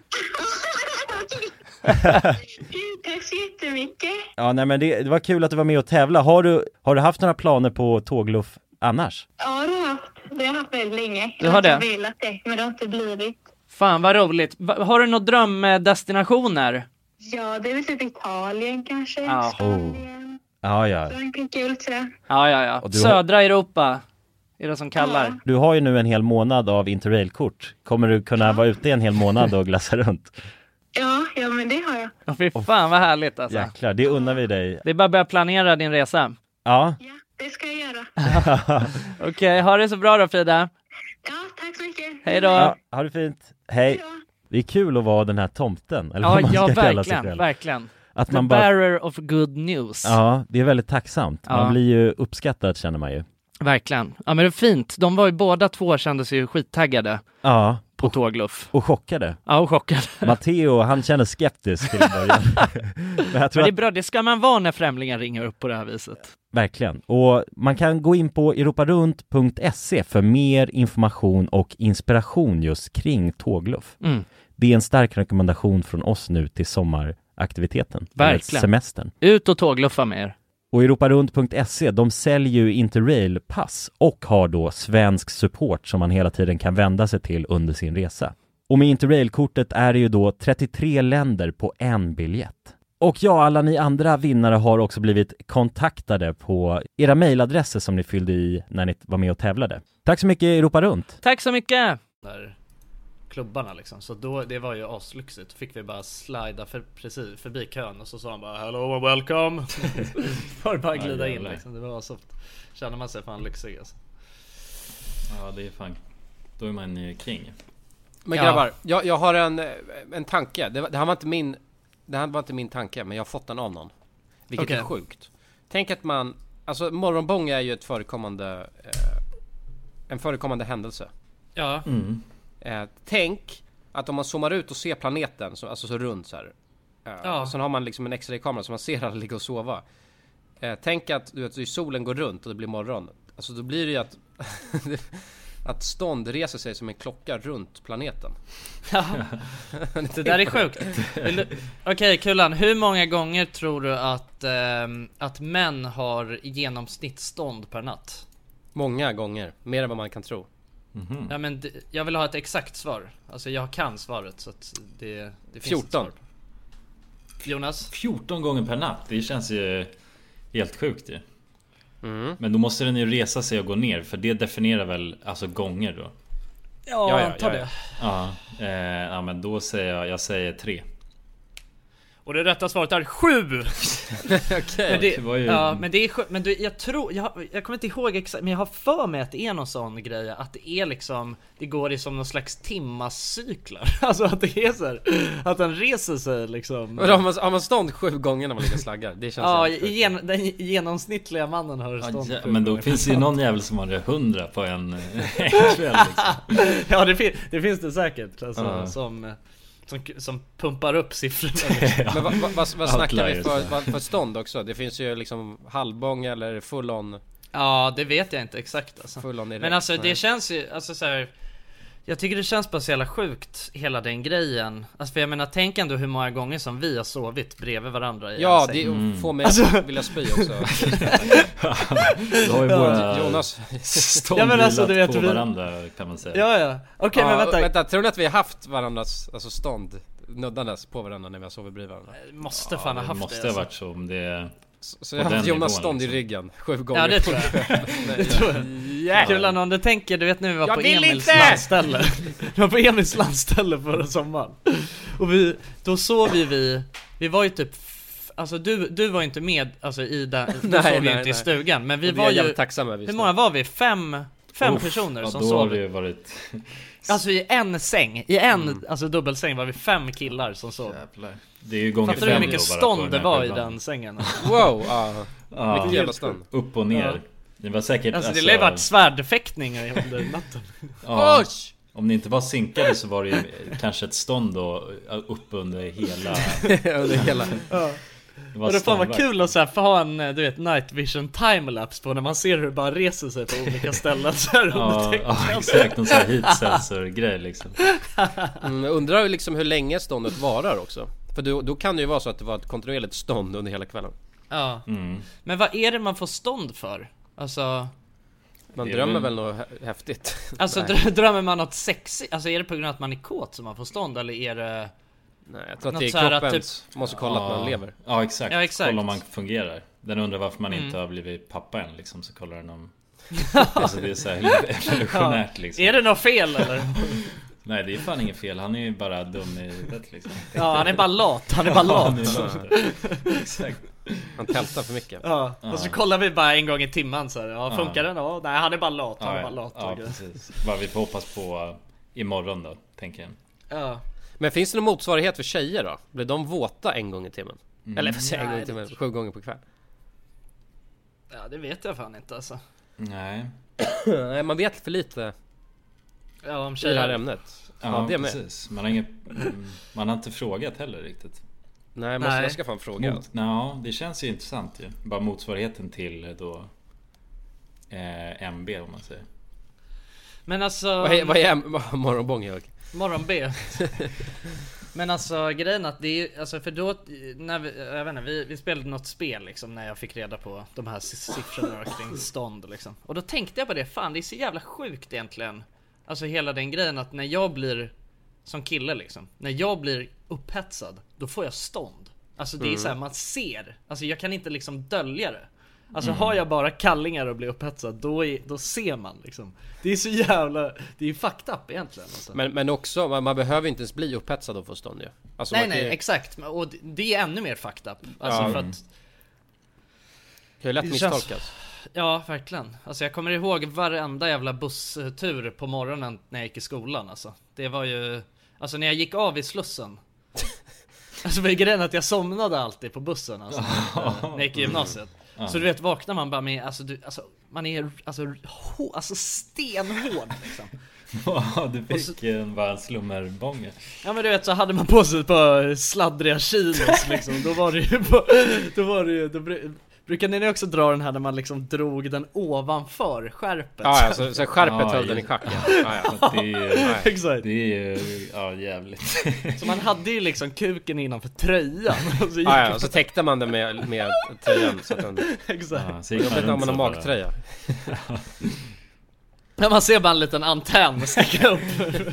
Tack så jättemycket. Ja, nej men det var kul att du var med och tävla. Har du haft några planer på tågluff annars? Ja, det har jag haft väldigt länge. Du har det? Jag har velat det, men det har inte blivit. Fan vad roligt. Har du några drömdestinationer? Ja, det är väl typ Italien kanske. Ja. Spanien. Ja. Frankrike, kul sådär. Ja. Södra Europa är det som kallar. Ja. Du har ju nu en hel månad av Interrail-kort. Kommer du kunna vara ute en hel månad och glassa runt? Ja, men det har jag. Fy fan vad härligt alltså. Jäklar, det unnar vi dig. Det är bara att börja planera din resa. Ja. Ja, det ska jag göra. Okej, ha det så bra då Frida. Ja, tack så mycket. Hej då. Ja, ha det fint. Hej. Det är kul att vara den här tomten. Eller Ja, vad man ska kalla sig själv. verkligen. Att The man bara... bearer of good news. Ja, det är väldigt tacksamt. Man blir ju uppskattad känner man ju. Verkligen. Ja men det är fint. De var ju båda två kände sig ju skittaggade. Ja. på tågluff. Och chockade. Ja, och chockade. Matteo, han känner skeptisk till början. Men det är bra, det ska man vara när främlingar ringer upp på det här viset. Verkligen. Och man kan gå in på europarunt.se för mer information och inspiration just kring tågluff. Det är en stark rekommendation från oss nu till sommaraktiviteten. Verkligen. Semestern. Ut och tågluffa med er. Och europarunt.se, de säljer ju Interrail-pass och har då svensk support som man hela tiden kan vända sig till under sin resa. Och med Interrail-kortet är det ju då 33 länder på en biljett. Och ja, alla ni andra vinnare har också blivit kontaktade på era mejladresser som ni fyllde i när ni var med och tävlade. Tack så mycket Europa Runt! Tack så mycket! Där klubbarna liksom, så då, det var ju aslyxigt. Fick vi bara slida precis förbi kön och så sa han bara hello and welcome. För bara glida in liksom. Det var så känner man sig fan lyxig alltså. Ja, det är fan. Då är man kring. Men grabbar, jag har en tanke. Det här var inte min tanke, men jag har fått den av någon. Vilket är sjukt. Tänk att alltså morgonbång är ju en förekommande händelse. Ja. Tänk att om man zoomar ut och ser planeten alltså så runt så här. Och sen har man liksom en X-ray-kamera så man ser alla ligga och sova. Tänk att solen går runt och det blir morgon. Alltså då blir det ju att att stånd reser sig som en klocka runt planeten. Ja. Det där är sjukt. Okej, Kulan, hur många gånger tror du att män har genomsnittsstånd per natt? Många gånger, mer än vad man kan tro. Ja, men jag vill ha ett exakt svar. Alltså jag kan svaret så att det finns 14. Jonas? 14 gånger per natt, det känns ju helt sjukt ju. Men då måste den ju resa sig och gå ner, för det definierar väl alltså gånger då. Ja, ta det. Ja, men då säger jag säger 3. Och det rätta svaret är 7. Okej. Men jag tror jag kommer inte ihåg exakt, men jag har för mig att det är någon sån grej att det är liksom det går i som någon slags timmascyklar. Alltså att det är så här, att den reser sig liksom. Har man stånd 7 gånger när man ligger slaggar? Det känns den genomsnittliga mannen har stånd 7 men då gånger. finns det ju någon jävel som har 100 på en kväll liksom. Ja, det finns det säkert alltså, som pumpar upp siffrorna. Men vad snackar vi för stånd också? Det finns ju liksom halvbång eller full on. Ja, det vet jag inte exakt alltså. Full on direkt. Men alltså det känns ju alltså så här, jag tycker det känns bara så jävla sjukt hela den grejen. Alltså för jag menar, tänk ändå hur många gånger som vi har sovit bredvid varandra i ja, det får mig vilja spy också. Då har ju våra Jonas stånd på varandra kan man säga. Ja. Okej, men vänta. Tror ni att vi har haft varandras alltså stånd nuddandes på varandra när vi har sovit bredvid varandra? Måste fan ha haft det. Måste ha varit så om det. Så jag har haft Jonas stånd liksom i ryggen 7 gånger. Ja, det tror jag. Kul om du tänker, du vet nu vi var på Emils landställe. Vi var på Emils landställe förra sommaren. Och då sov vi var ju typ alltså du var inte med alltså i där, du sov ju inte i stugan, men vi var ju tacksamma. Hur många var vi? Fem personer som sov. Då har det varit alltså i en säng, alltså dubbelsäng var vi 5 killar som sov. Jävlar. Det är ju gånger 5. Fattar du hur mycket stånd det var i den sängen? Wow, mycket jävla stånd. Upp och ner. Det var säkert alltså det lär varit svärdfäktningar under natten. Om det inte var sinkade så var det ju kanske ett stånd då upp under hela Och det fan var kul att så här, ha en du vet night vision timelapse på när man ser hur det bara reser sig på olika ställen så här ja, exakt, en sån här heat sensor grej liksom. Undrar liksom hur länge ståndet varar också. För då kan det ju vara så att det var ett kontinuerligt stånd under hela kvällen. Ja. Men vad är det man får stånd för? Alltså man drömmer väl något häftigt. Alltså drömmer man något sexy? Alltså är det på grund av att man är kåt som man får stånd, eller är det? Nej, jag tror att det är kroppen måste kolla att man lever. Ja, exakt. Kolla om man fungerar. Den undrar varför man inte har blivit pappa än liksom, så kollar den om alltså det är så här evolutionärt liksom. Är det något fel eller? Nej, det är fan inget fel. Han är ju bara dum i huvudet liksom. Ja, han är bara lat. Exakt. Han tältar för mycket. Ja. Och så kollar vi bara en gång i timman så här. Ja, funkar den då? Nej, han är bara lat. Ja, precis. Vad vi får hoppas på imorgon då, tänker jag. Ja. Men finns det någon motsvarighet för tjejer då? Blir de våta en gång i timmen? Eller för sig en gång i timmen, 7 gånger på kväll? Ja, det vet jag fan inte alltså. Nej. Nej, man vet för lite. Ja, om i det här ämnet. Ja, det precis. Man har inte frågat heller riktigt. Nej, jag ska fan fråga. Det känns ju intressant ju. Bara motsvarigheten till då MB om man säger. Men alltså... Vad är morgonbång? Morgon B. Men alltså grejen att det är alltså för då när jag vet inte, vi spelade något spel liksom när jag fick reda på de här siffrorna kring stånd liksom. Och då tänkte jag på det, fan det är så jävla sjukt egentligen. Alltså hela den grejen att när jag blir som kille liksom, när jag blir upphetsad, då får jag stånd. Alltså det är så här, man ser. Alltså jag kan inte liksom dölja det. Alltså har jag bara kallingar och blir upphetsad, då ser man liksom. Det är så jävla, det är fucked up egentligen alltså. Men också, man behöver inte ens bli upphetsad och få stånd ju. Alltså, nej, exakt. Och det är ännu mer fucked up. Alltså för att det är lätt misstolkas. Ja, verkligen. Alltså jag kommer ihåg varenda jävla busstur på morgonen när jag gick i skolan alltså. Det var ju, alltså när jag gick av i Slussen. Alltså var grejen att jag somnade alltid på bussen alltså, när jag gick i gymnasiet. Så du vet, vaknar man bara med, man är alltså stenhård liksom. Du fick bara en slummerbånge. Ja men du vet, så hade man på sig på sladdriga chinos liksom. Då var det ju brukade ni också dra den här när man liksom drog den ovanför skärpet? Ja, så skärpet höll den i schack. Exakt. Det är ju jävligt. Så man hade ju liksom kuken innanför tröjan. Och så täckte man den med tröjan så att den. Exakt. Så gick man har magtröja. Ja, man ser bara en liten antenn sticka upp.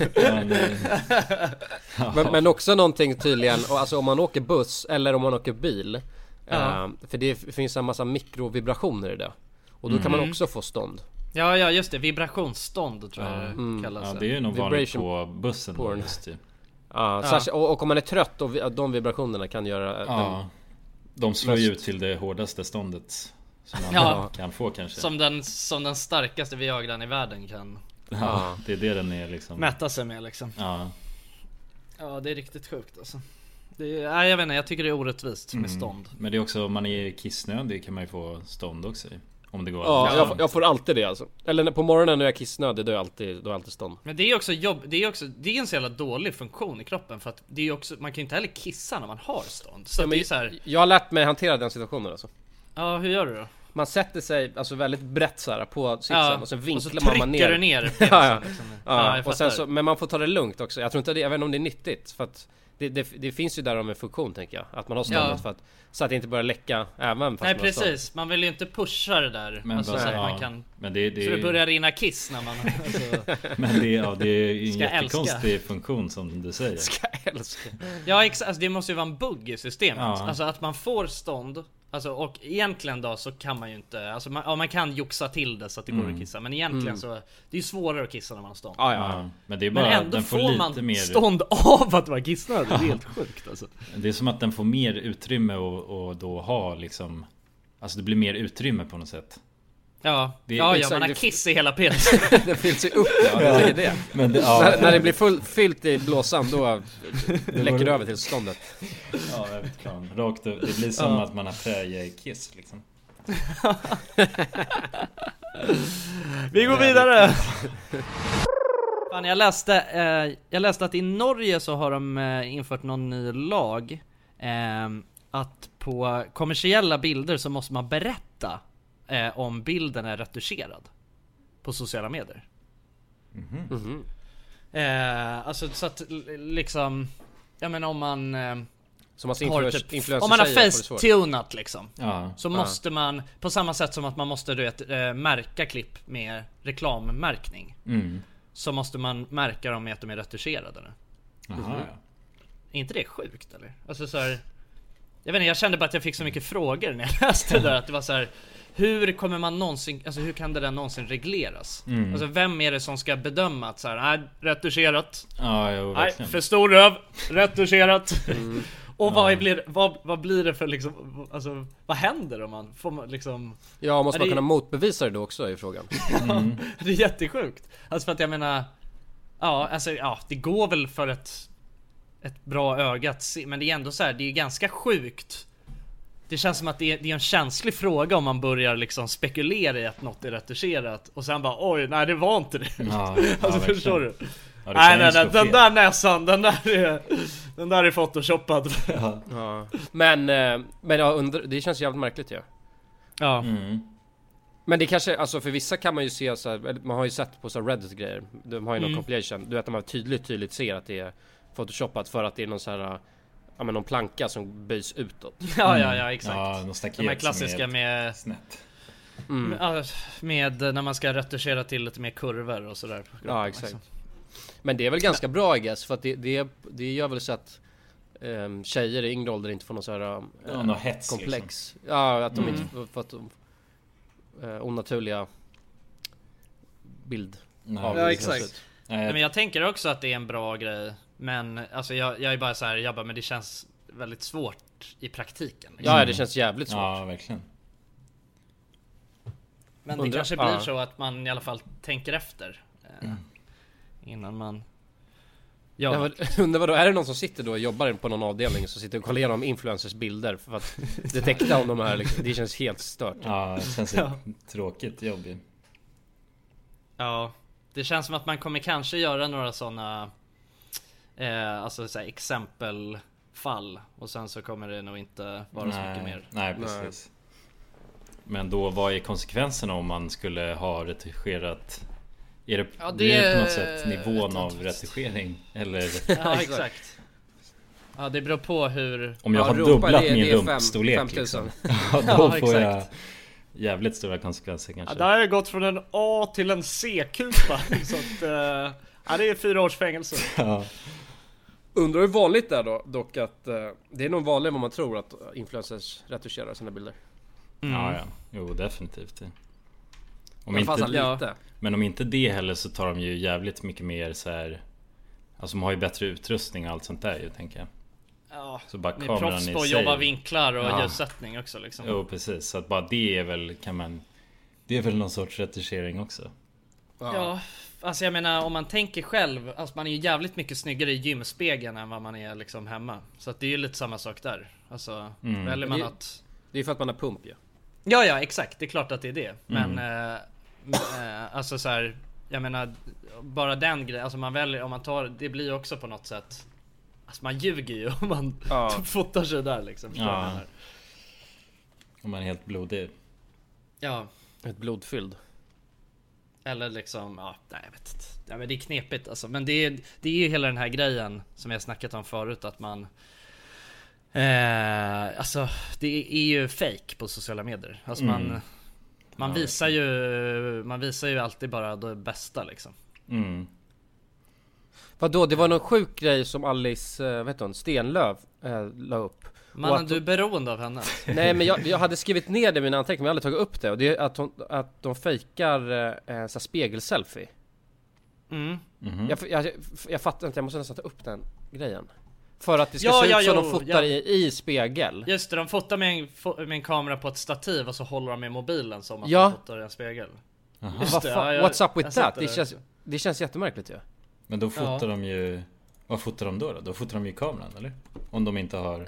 Men också någonting tydligen, alltså om man åker buss eller om man åker bil. För det finns en massa mikrovibrationer i det. Och då kan man också få stånd. Ja just det, vibrationsstånd tror jag det kallas. Ja, det är ju nog vanligt på bussen då, just det. Och om man är trött och de vibrationerna kan göra de slår ju ut till det hårdaste ståndet som man kan få kanske. Som den starkaste Viagran i världen kan. Ja, det är det den är liksom. Mäta sig med liksom. Ja, det är riktigt sjukt alltså. Jag vet inte, jag tycker det är orättvist med stånd. Men det är också, om man är kissnödig kan man ju få stånd också om det går. Jag får alltid det alltså. Eller på morgonen när jag är kissnödig, då är alltid stånd. Men det är också det är en så jävla dålig funktion i kroppen. För att det är också, man kan ju inte heller kissa när man har stånd. Så det är så här... Jag har lärt mig hantera den situationen alltså. Ja, hur gör du då? Man sätter sig alltså väldigt brett så här på sitsen och sen vinklar man ner. Och så trycker du ner liksom. Och sen så, men man får ta det lugnt också. Jag tror inte jag vet inte om det är nyttigt. För att det finns ju där om en funktion tänker jag. Att man har ståndet för att, så att det inte börjar läcka även fast. Nej precis, man vill ju inte pusha det där. Men alltså, så att man kan, men det så det börjar rinna kiss när man men det är ju en jättekonstig funktion som du säger. Ska älska. Ja exakt, alltså, det måste ju vara en bugg i systemet. Alltså att man får stånd. Alltså, och egentligen då så kan man ju inte, alltså man kan joxa till det så att det går att kissa. Men egentligen så, det är ju svårare att kissa när man har stånd. Men det är bara, men ändå den får får lite man mer stånd av att vara kissnödig. Det är helt sjukt alltså. Det är som att den får mer utrymme och då ha liksom, alltså det blir mer utrymme på något sätt. Man har kiss i hela penis. Det fylls ju upp, det är det. Men när det blir fyllt i blåsan, då läcker det över till ståndet. Ja, jag vet klart. Rakt upp. Det blir som att man har träje-kiss liksom. Vi går vidare. Fan, jag läste att i Norge så har de infört någon ny lag att på kommersiella bilder så måste man berätta om bilden är retuscherad på sociala medier. Alltså så att liksom, jag menar om man som om man har face-tunat liksom, så måste man, på samma sätt som att man måste märka klipp med reklammärkning, så måste man märka dem med att de är retuscherade. Är inte det sjukt eller? Alltså så här, jag vet inte, jag kände bara att jag fick så mycket frågor när jag läste det där, att det var så här, hur kommer man någonsin, alltså hur kan det där någonsin regleras? Alltså vem är det som ska bedöma att så här, retuscherat. Nej, för stor röv, retuscherat. Och vad blir det för liksom, alltså vad händer om man får liksom. Ja, måste man kunna motbevisa det då också i frågan. Det är jättesjukt. Alltså för att jag menar, det går väl för ett bra öga att se, men det är ändå så här, det är ganska sjukt det känns som att det är en känslig fråga om man börjar liksom spekulera i att något är retuscherat och sen bara oj, nej det var inte det. Ja, alltså förstår du? Ja, nej, den där näsan, den där är photoshoppad. Ja. Men det känns jävligt märkligt ju. Ja. Men det kanske, alltså för vissa kan man ju se så här, man har ju sett på så här Reddit-grejer. De har ju någon compilation. Du vet, de har tydligt ser att det är photoshoppat för att det är någon så här, ja men någon planka som böjs utåt. Ja, exakt. Ja, någon staket. De här klassiska med snett. Med när man ska retuschera till lite mer kurvor och sådär. Ja, exakt. Men det är väl ganska bra, I guess, för att det gör väl så att tjejer i yngre ålder inte får någon så här någon hets komplex. Liksom. Ja, att de inte för att de onaturliga bild. Ja, exakt. Men jag tänker också att det är en bra grej. Men alltså jag är bara så här, men det känns väldigt svårt i praktiken. Liksom. Ja, det känns jävligt svårt. Ja, verkligen. Men det kanske blir så att man i alla fall tänker efter innan man... Ja. Undrar vad då, är det någon som sitter då och jobbar på någon avdelning som sitter och kollar igenom influencers bilder för att detekta om de här liksom, det känns helt stört. Ja, det känns ett tråkigt jobb. Ja, det känns som att man kommer kanske göra några sådana alltså så här, exempelfall och sen så kommer det nog inte vara så mycket mer. Nej, precis. Men då, vad är konsekvenserna om man skulle ha retuscherat? Är det, blir det på något sätt nivån av retuschering? Eller? Ja, exakt. Ja, det beror på hur... Om jag har dubblat min rumpstorlek liksom. Ja, då får jag jävligt stora konsekvenser kanske. Ja, där har jag gått från en A till en C-kupa. Så att, det är 4 års fängelse. Ja. Undrar hur vanligt det är då, dock att det är nog vanligare än vad man tror att influencers retuscherar sina bilder. Ja. Jo, definitivt. Om inte lite. Men om inte det heller så tar de ju jävligt mycket mer så här. Alltså de har ju bättre utrustning och allt sånt där ju, tänker jag. Ja, så bara det är proffs på att jobba vinklar och ljussättning också liksom. Jo, precis. Så att bara det är väl, det är väl någon sorts retuschering också. Ja, alltså jag menar om man tänker själv, alltså man är ju jävligt mycket snyggare i gymspegeln än vad man är liksom hemma. Så att det är ju lite samma sak där. Alltså, väljer man att... Det är för att man har pump ju. Ja, exakt. Det är klart att det är det. Men alltså så här, jag menar bara den grejen, alltså man väljer, om man tar, det blir ju också på något sätt, alltså man ljuger ju om man fotar sig där liksom. Om man är helt blodig. Ja. Ett blodfylld. Eller liksom, nej jag vet inte. Ja, men det är knepigt alltså. Men det är ju hela den här grejen som jag snackat om förut, att man alltså det är ju fake på sociala medier. Alltså man visar ju alltid bara det bästa liksom. Vadå, det var någon sjuk grej som Alice, vet du, Stenlöf la upp. Mannen, du är beroende av henne. Nej, men jag hade skrivit ner det i mina anteckningar, men jag hade tagit upp det. Och det är att de fejkar så spegelselfie. Jag fattar inte, jag måste nästan ta upp den grejen. För att det ska se ut som de fotar i spegel. Just det, de fotar med en kamera på ett stativ och så håller de med mobilen som att de fotar i en spegel. What's up with that? Det känns jättemärkligt ju. Men då fotar de ju... Vad fotar de då? Då fotar de ju kameran, eller? Om de inte har...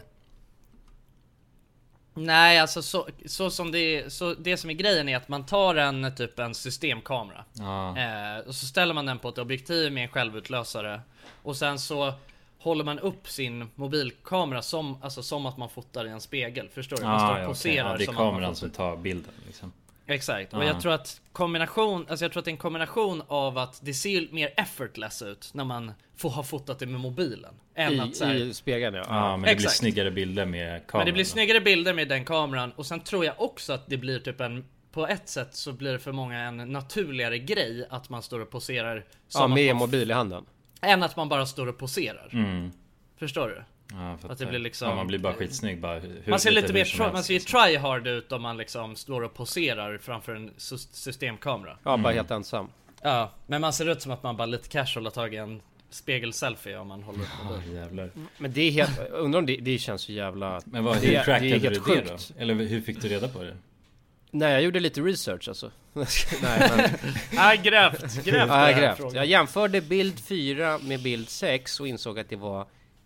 Nej, alltså så som det som är grejen är att man tar en systemkamera. Och så ställer man den på ett objektiv med en självutlösare. Och sen så håller man upp sin mobilkamera som att man fotar i en spegel. Förstår du? Man står och poserar. Det är kameran som tar bilden liksom. Exakt, och jag tror att det är en kombination av att det ser mer effortless ut när man har fotat det med mobilen än att så här... i spegeln, men det blir snyggare bilder med kameran. Men det blir snyggare bilder med den kameran. Och sen tror jag också att det blir typ på ett sätt så blir det för många en naturligare grej att man står och poserar med mobil i handen än att man bara står och poserar. Förstår du? Ja, att det blir liksom, man blir bara skitsnygg bara, man ser lite mer man ser try hard ut om man liksom står och poserar framför en systemkamera. Ja, bara helt ensam. Ja, men man ser ut som att man bara lite casual har tagit en spegelselfie om man håller upp det. Jävlar. Men det är helt, undrar om det känns ju jävla... Men hur crackade du det då? Eller hur fick du reda på det? Nej, jag gjorde lite research alltså. Nej, men... grävt. Jag jämförde bild 4 med bild 6 och insåg att det var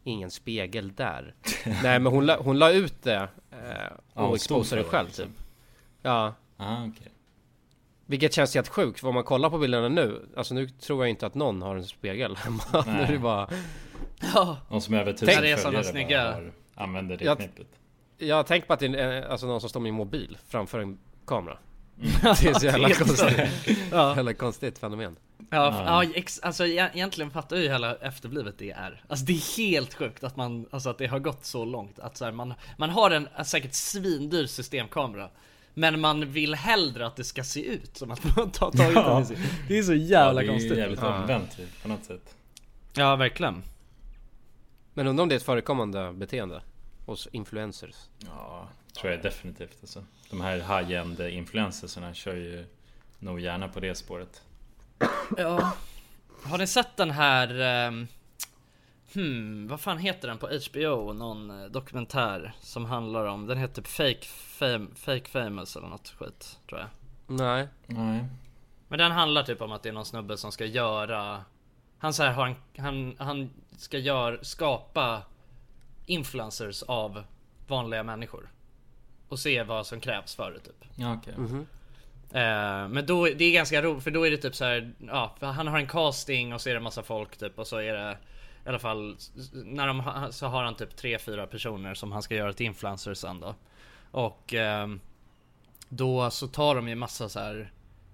ingen spegel där. Nej, men hon la ut det och exposade det själv typ. Ja. Okej. Vilket känns helt sjukt, för om man kollar på bilderna nu, alltså nu tror jag inte att någon har en spegel hemma. Nu är det bara... Någon som är över 1000 följare snygga. Använder det knepet. Jag tänker på att det är alltså någon som står med en mobil framför en kamera. Det är så jävla konstigt. Jävla konstigt fenomen. Alltså egentligen fattar jag ju hela efterblivet det är. Alltså det är helt sjukt att att det har gått så långt att så här, man har en säkert svindyr systemkamera, men man vill hellre att det ska se ut som att man tar tagit det. Det är så jävla konstigt. Det är jävligt omvänt på något sätt. Ja, verkligen. Men undrar om det är ett förekommande beteende hos influencers? Ja, tror jag definitivt alltså. De här high-end influencersarna kör ju nog gärna på det spåret. Ja. Har ni sett den här vad fan heter den på HBO? Någon dokumentär som handlar om, den heter typ Fake Famous eller något skit, tror jag. Nej. Men den handlar typ om att det är någon snubbe som ska göra, han så här han ska skapa influencers av vanliga människor och se vad som krävs för det typ. Ja, okej. Men då, det är ganska roligt, för då är det typ så här, för han har en casting och så är det massa folk typ, och så är det i alla fall så har han typ 3-4 personer som han ska göra till influencers sen då. Och då så tar de ju massa så här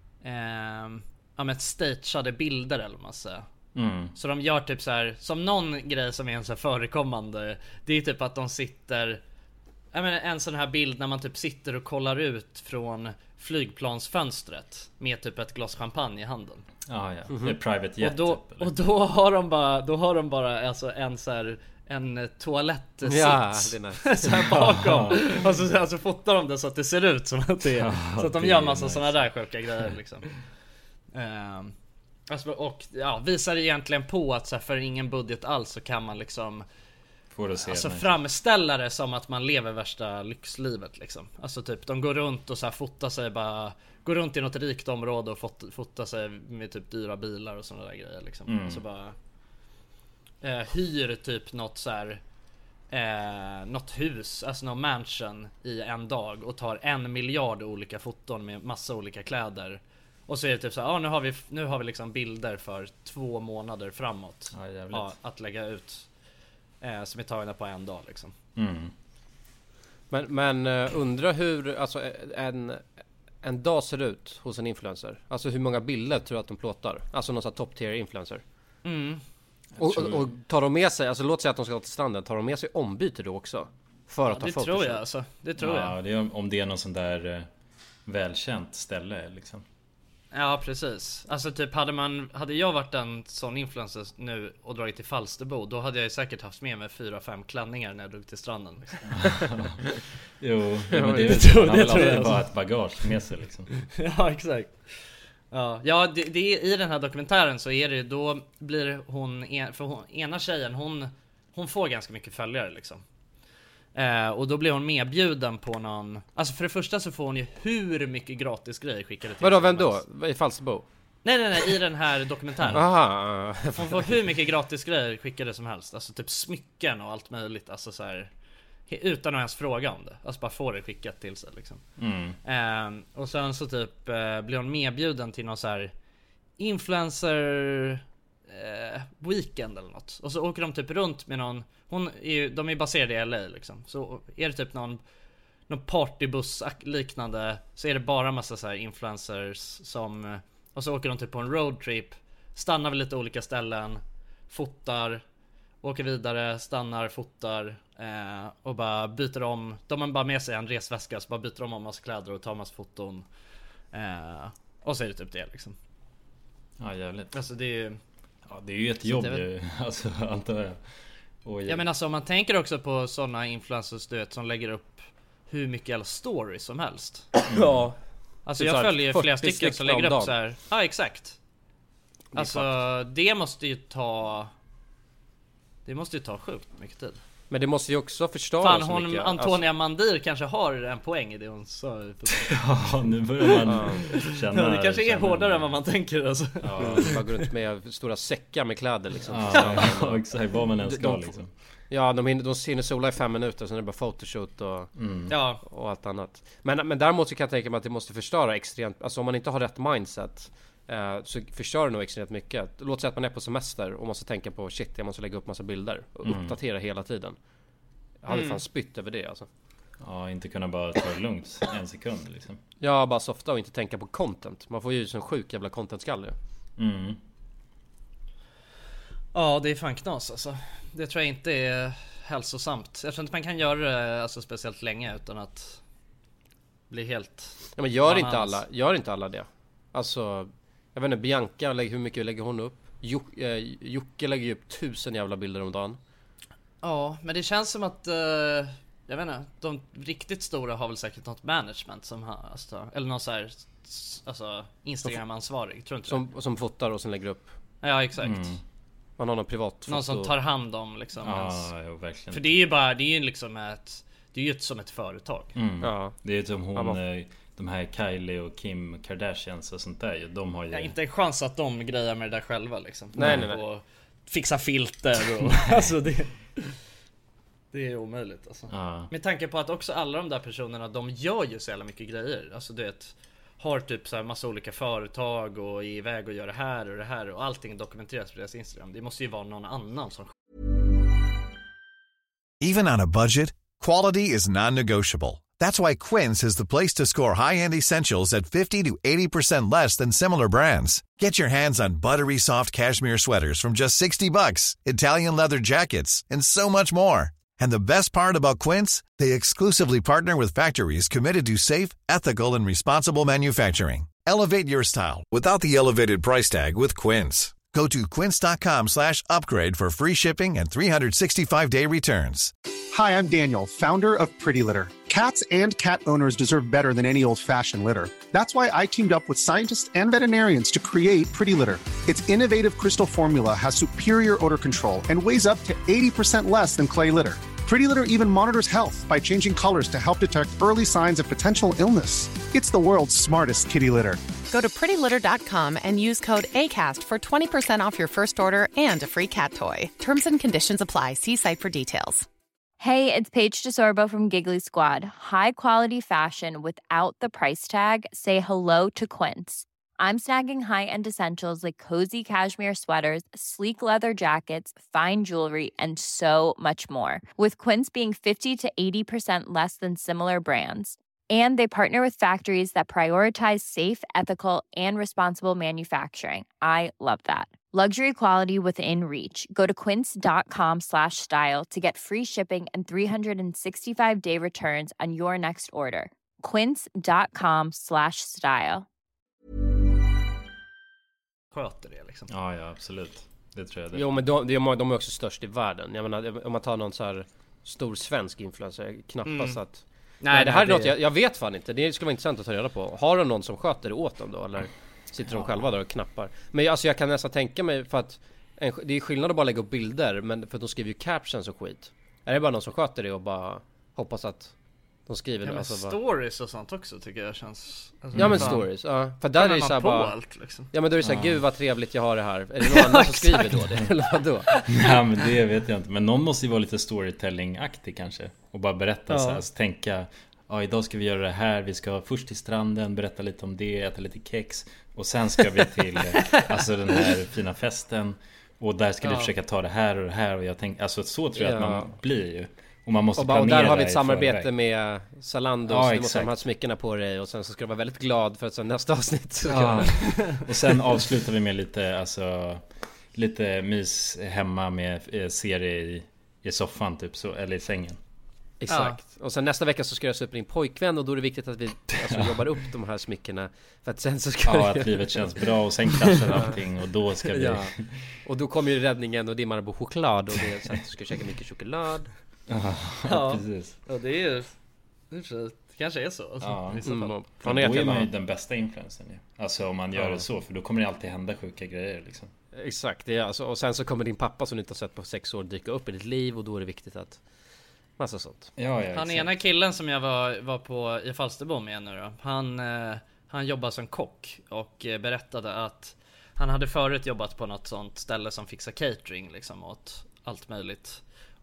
stageade bilder eller massa. Så de gör typ så här, som någon grej som är en så här förekommande, det är typ att de sitter, en sån här bild när man typ sitter och kollar ut från flygplansfönstret med typ ett glas champagne i handen. Det är private jet och då har de bara alltså en så här, en toalettsits så här bakom. Och så fotar de det så att det ser ut som att det är, så att de gör massa såna där sjuka grejer liksom. Alltså, och visar egentligen på att så här, för ingen budget alls så kan man liksom framställa det som att man lever värsta lyxlivet liksom. Alltså typ de går runt och så här fotar sig, bara går runt i något rikt område och fotar sig med typ dyra bilar och såna där grejer liksom. Alltså bara hyr typ något så här något hus, alltså någon mansion i en dag och tar 1 miljard olika foton med massa olika kläder. Och så är det typ så här, nu har vi liksom bilder för 2 månader framåt att lägga ut, som är tagna på en dag liksom. Men undra hur alltså en dag ser ut hos en influencer. Alltså hur många bilder tror jag att de plåtar? Alltså någon sån här top tier influencer. Och tar de med sig, alltså låt säga att de ska till stranden, tar de med sig ombyte då också? För att ta fotos? Det tror jag alltså. Det tror jag. Det är om det är någon sån där välkänt ställe liksom. Ja, precis. Alltså typ hade jag varit en sån influencer nu och dragit till Falsterbo, då hade jag ju säkert haft med mig 4-5 klänningar när jag drog till stranden liksom. Jo, men det tror jag bara ett bagage med sig liksom. Ja, exakt. Ja, det är, i den här dokumentären så är det, då blir ena tjejen, hon får ganska mycket följare liksom. Och då blir hon medbjuden på någon, alltså för det första så får hon ju hur mycket gratis grejer skickade till. Vadå, vem då? I Falsterbo? Nej, i den här dokumentären. Aha. Hon får hur mycket gratis grejer skickade som helst. Alltså typ smycken och allt möjligt. Alltså så här, utan att ens fråga om det. Alltså bara få det skickat till sig liksom. Och sen så typ blir hon medbjuden till någon så här influencer weekend eller något. Och så åker de typ runt med någon, de är baserade i LA liksom. Så är det typ någon partybuss liknande, så är det bara massa så här influencers som, och så åker de typ på en roadtrip, stannar vid lite olika ställen, fotar, åker vidare, stannar, fotar och bara byter om. De har bara med sig en resväska, så bara byter de om massa kläder och tar massa foton, och så är det typ det liksom. Ja, jävligt. Alltså det är ju ett jobb ju, alltså, antar jag. Ja, men alltså om man tänker också på sådana influencers, du vet, som lägger upp hur mycket jävla stories som helst. Ja. Alltså jag följer flera stycken som lägger upp så här. Ja, exakt. Alltså det måste ju ta sjukt mycket tid. Men det måste ju också förstöra fan, så mycket. Antonia Mandir kanske har en poäng i det hon sa. Ja, nu börjar man känna. Det kanske är hårdare än vad man tänker alltså. Ja, man går runt med stora säckar med kläder liksom. Ja, exakt, vad man än ska liksom. Ja, de hinner sola i 5 minuter, sen är det bara photoshoot och allt annat. Men däremot så kan jag tänka mig att det måste förstöra extremt. Alltså om man inte har rätt mindset så förstör det nog extremt mycket. Låt säga att man är på semester och måste tänka på shit, jag måste lägga upp massa bilder och uppdatera hela tiden. Jag hade fan spytt över det alltså. Ja, inte kunna bara ta det lugnt en sekund liksom. Ja, bara softa och inte tänka på content. Man får ju en sjuk jävla content-skalle. Ja, det är fan knas alltså. Det tror jag inte är hälsosamt. Jag tror inte man kan göra det alltså, speciellt länge utan att bli helt... Ja, men gör inte alla det. Alltså, jag vet inte, Bianca, hur mycket lägger hon upp? Jocke lägger ju upp 1000 jävla bilder om dagen. Ja, men det känns som att jag vet inte, de riktigt stora har väl säkert något management som har, alltså, eller någon så här, alltså Instagram-ansvarig, tror inte som fotar och sen lägger upp. Ja, exakt. Man har någon privat någon som tar hand om liksom ja, verkligen. För det är ju bara, det är ju liksom det är ju som ett företag. Ja. Det är som hon de här Kylie och Kim Kardashians och sånt där. De har ju inte en chans att de grejer med det där själva liksom. Nej. Och fixa filter och alltså det är omöjligt alltså. Med tanke på att också alla de där personerna, de gör ju så jävla mycket grejer. Alltså du vet, har typ så här massa olika företag och är iväg och gör det här och allting dokumenteras på deras Instagram. Det måste ju vara någon annan som... Even on a budget, quality is non-negotiable. That's why Quince is the place to score high-end essentials at 50 to 80% less than similar brands. Get your hands on buttery soft cashmere sweaters from just $60, Italian leather jackets, and so much more. And the best part about Quince, they exclusively partner with factories committed to safe, ethical, and responsible manufacturing. Elevate your style without the elevated price tag with Quince. Go to quince.com/upgrade for free shipping and 365-day returns. Hi, I'm Daniel, founder of Pretty Litter. Cats and cat owners deserve better than any old-fashioned litter. That's why I teamed up with scientists and veterinarians to create Pretty Litter. Its innovative crystal formula has superior odor control and weighs up to 80% less than clay litter. Pretty Litter even monitors health by changing colors to help detect early signs of potential illness. It's the world's smartest kitty litter. Go to prettylitter.com and use code ACAST for 20% off your first order and a free cat toy. Terms and conditions apply. See site for details. Hey, it's Paige DeSorbo from Giggly Squad. High quality fashion without the price tag. Say hello to Quince. I'm snagging high-end essentials like cozy cashmere sweaters, sleek leather jackets, fine jewelry, and so much more. With Quince being 50 to 80% less than similar brands. And they partner with factories that prioritize safe, ethical, and responsible manufacturing. I love that. Luxury quality within reach. Go to quince.com/style to get free shipping and 365-day returns on your next order. Quince.com/style. Sköter det liksom. Ja, absolut. Det tror jag det. Jo, men de är också störst i världen. Jag menar, om man tar någon så här stor svensk influencer, knappast att... Nej, det här är något jag vet fan inte. Det skulle vara intressant att ta reda på. Har de någon som sköter det åt dem då? Eller sitter de själva där och knappar? Men alltså jag kan nästan tänka mig, för att det är skillnad att bara lägga upp bilder, men för att de skriver ju captions och skit. Är det bara någon som sköter det och bara hoppas att de skriver det? Alltså stories och sånt också tycker jag känns... Alltså, ja, men stories, ja. För där är det såhär bara... allt, liksom. Ja, men då är det såhär, gud vad trevligt jag har det här. Är det någon annan som skriver då det? Eller vadå? Ja, men det vet jag inte. Men någon måste ju vara lite storytelling-aktig kanske. Och bara berätta så här, alltså, tänka... Ja, idag ska vi göra det här. Vi ska först till stranden, berätta lite om det, äta lite kex. Och sen ska vi till alltså den här fina festen. Och där ska vi försöka ta det här och det här. Och jag tänker, alltså så tror jag att man blir ju. Och man måste planera. Och där har vi ett samarbete med Zalando. Så du måste ha de här smyckena på dig. Och sen så ska du vara väldigt glad för att sen nästa avsnitt så och sen avslutar vi med lite, alltså, lite mys hemma med serie i soffan typ så, eller i sängen. Exakt. Och sen nästa vecka så ska jag se upp din pojkvän. Och då är det viktigt att vi jobbar upp de här smyckena. För att sen så ska att livet känns bra. Och sen kraschar allting. Och då ska vi och då kommer ju räddningen. Och det är Marabou-choklad. Och det är så att du ska käka mycket choklad. Ja, precis. Ja, det är det kanske är så alltså. Då är man ju den bästa influensen ju. Alltså om man gör det så. För då kommer det alltid hända sjuka grejer liksom. Exakt, det är alltså, och sen så kommer din pappa som du inte har sett på 6 år dyka upp i ditt liv. Och då är det viktigt att massa sånt. Han ena killen som jag var på i Falsterbo med nu då, han jobbar som kock och berättade att han hade förut jobbat på något sånt ställe som fixar catering liksom åt allt möjligt.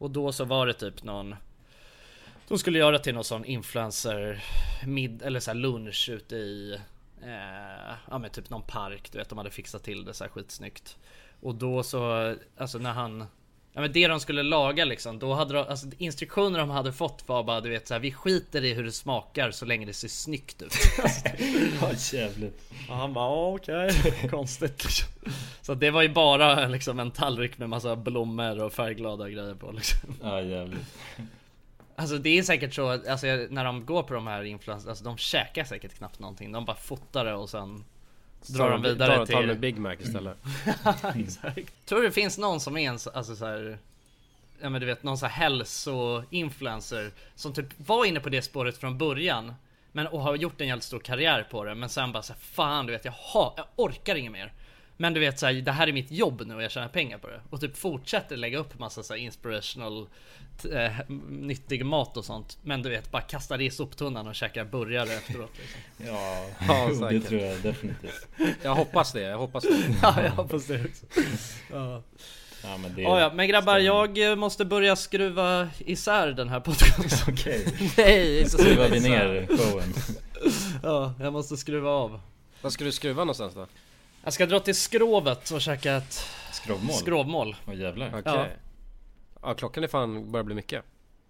Och då så var det typ någon, de skulle göra till någon sån influencer eller så här lunch ute i ja men typ någon park, du vet, de hade fixat till det så här skitsnyggt. Och då så, alltså när han, ja men det de skulle laga liksom, då hade de, alltså instruktioner de hade fått var bara, du vet så här, vi skiter i hur det smakar så länge det ser snyggt ut. Ja, jävligt. Och han bara okej. Konstigt liksom. Så det var ju bara liksom en tallrik med massa blommor och färgglada grejer på liksom. Ja, jävligt. Alltså det är säkert så, alltså när de går på de här influencers, alltså de käkar säkert knappt någonting. De bara fotar det och sen drar de vidare till... tar med Big Mac istället. Exakt. Tror du det finns någon som är en, alltså så här, ja men du vet, någon så här hälso-influencer som typ var inne på det spåret från början, men och har gjort en jävligt stor karriär på det, men sen bara så här, fan du vet, jag orkar inget mer. Men du vet så här, det här är mitt jobb nu och jag tjänar pengar på det. Och typ fortsätter lägga upp massa så här inspirational nyttig mat och sånt. Men du vet, bara kastar det i soptunnan och käkar burgare efteråt liksom. Ja, det tror jag definitivt. Jag hoppas det. Ja, jag hoppas det också. Ja. Ja, men det men grabbar, jag måste börja skruva isär den här podcasten. Okej. Nej, inte skruva vi ner showen. Ja, jag måste skruva av. Vad ska du skruva någonstans då? Jag ska dra till skrovet och käka ett skrovmål. Åh jävlar. Okej. Ja, klockan är fan börjar bli mycket.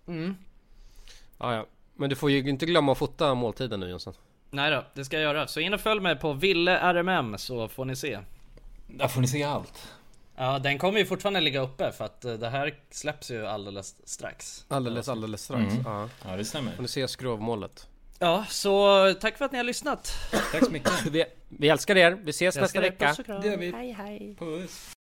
Ja. Men du får ju inte glömma att fota måltiden nu, Jonsson. Nej då, det ska jag göra. Så in och följ mig på Ville RMM så får ni se. Där får ni se allt. Ja, den kommer ju fortfarande ligga uppe för att det här släpps ju alldeles strax. Alldeles strax. Ja, det stämmer. Får ni se skrovmålet. Ja, så tack för att ni har lyssnat. Tack så mycket. Vi älskar er. Vi ses nästa vecka. Det gör vi. Hej. Puss.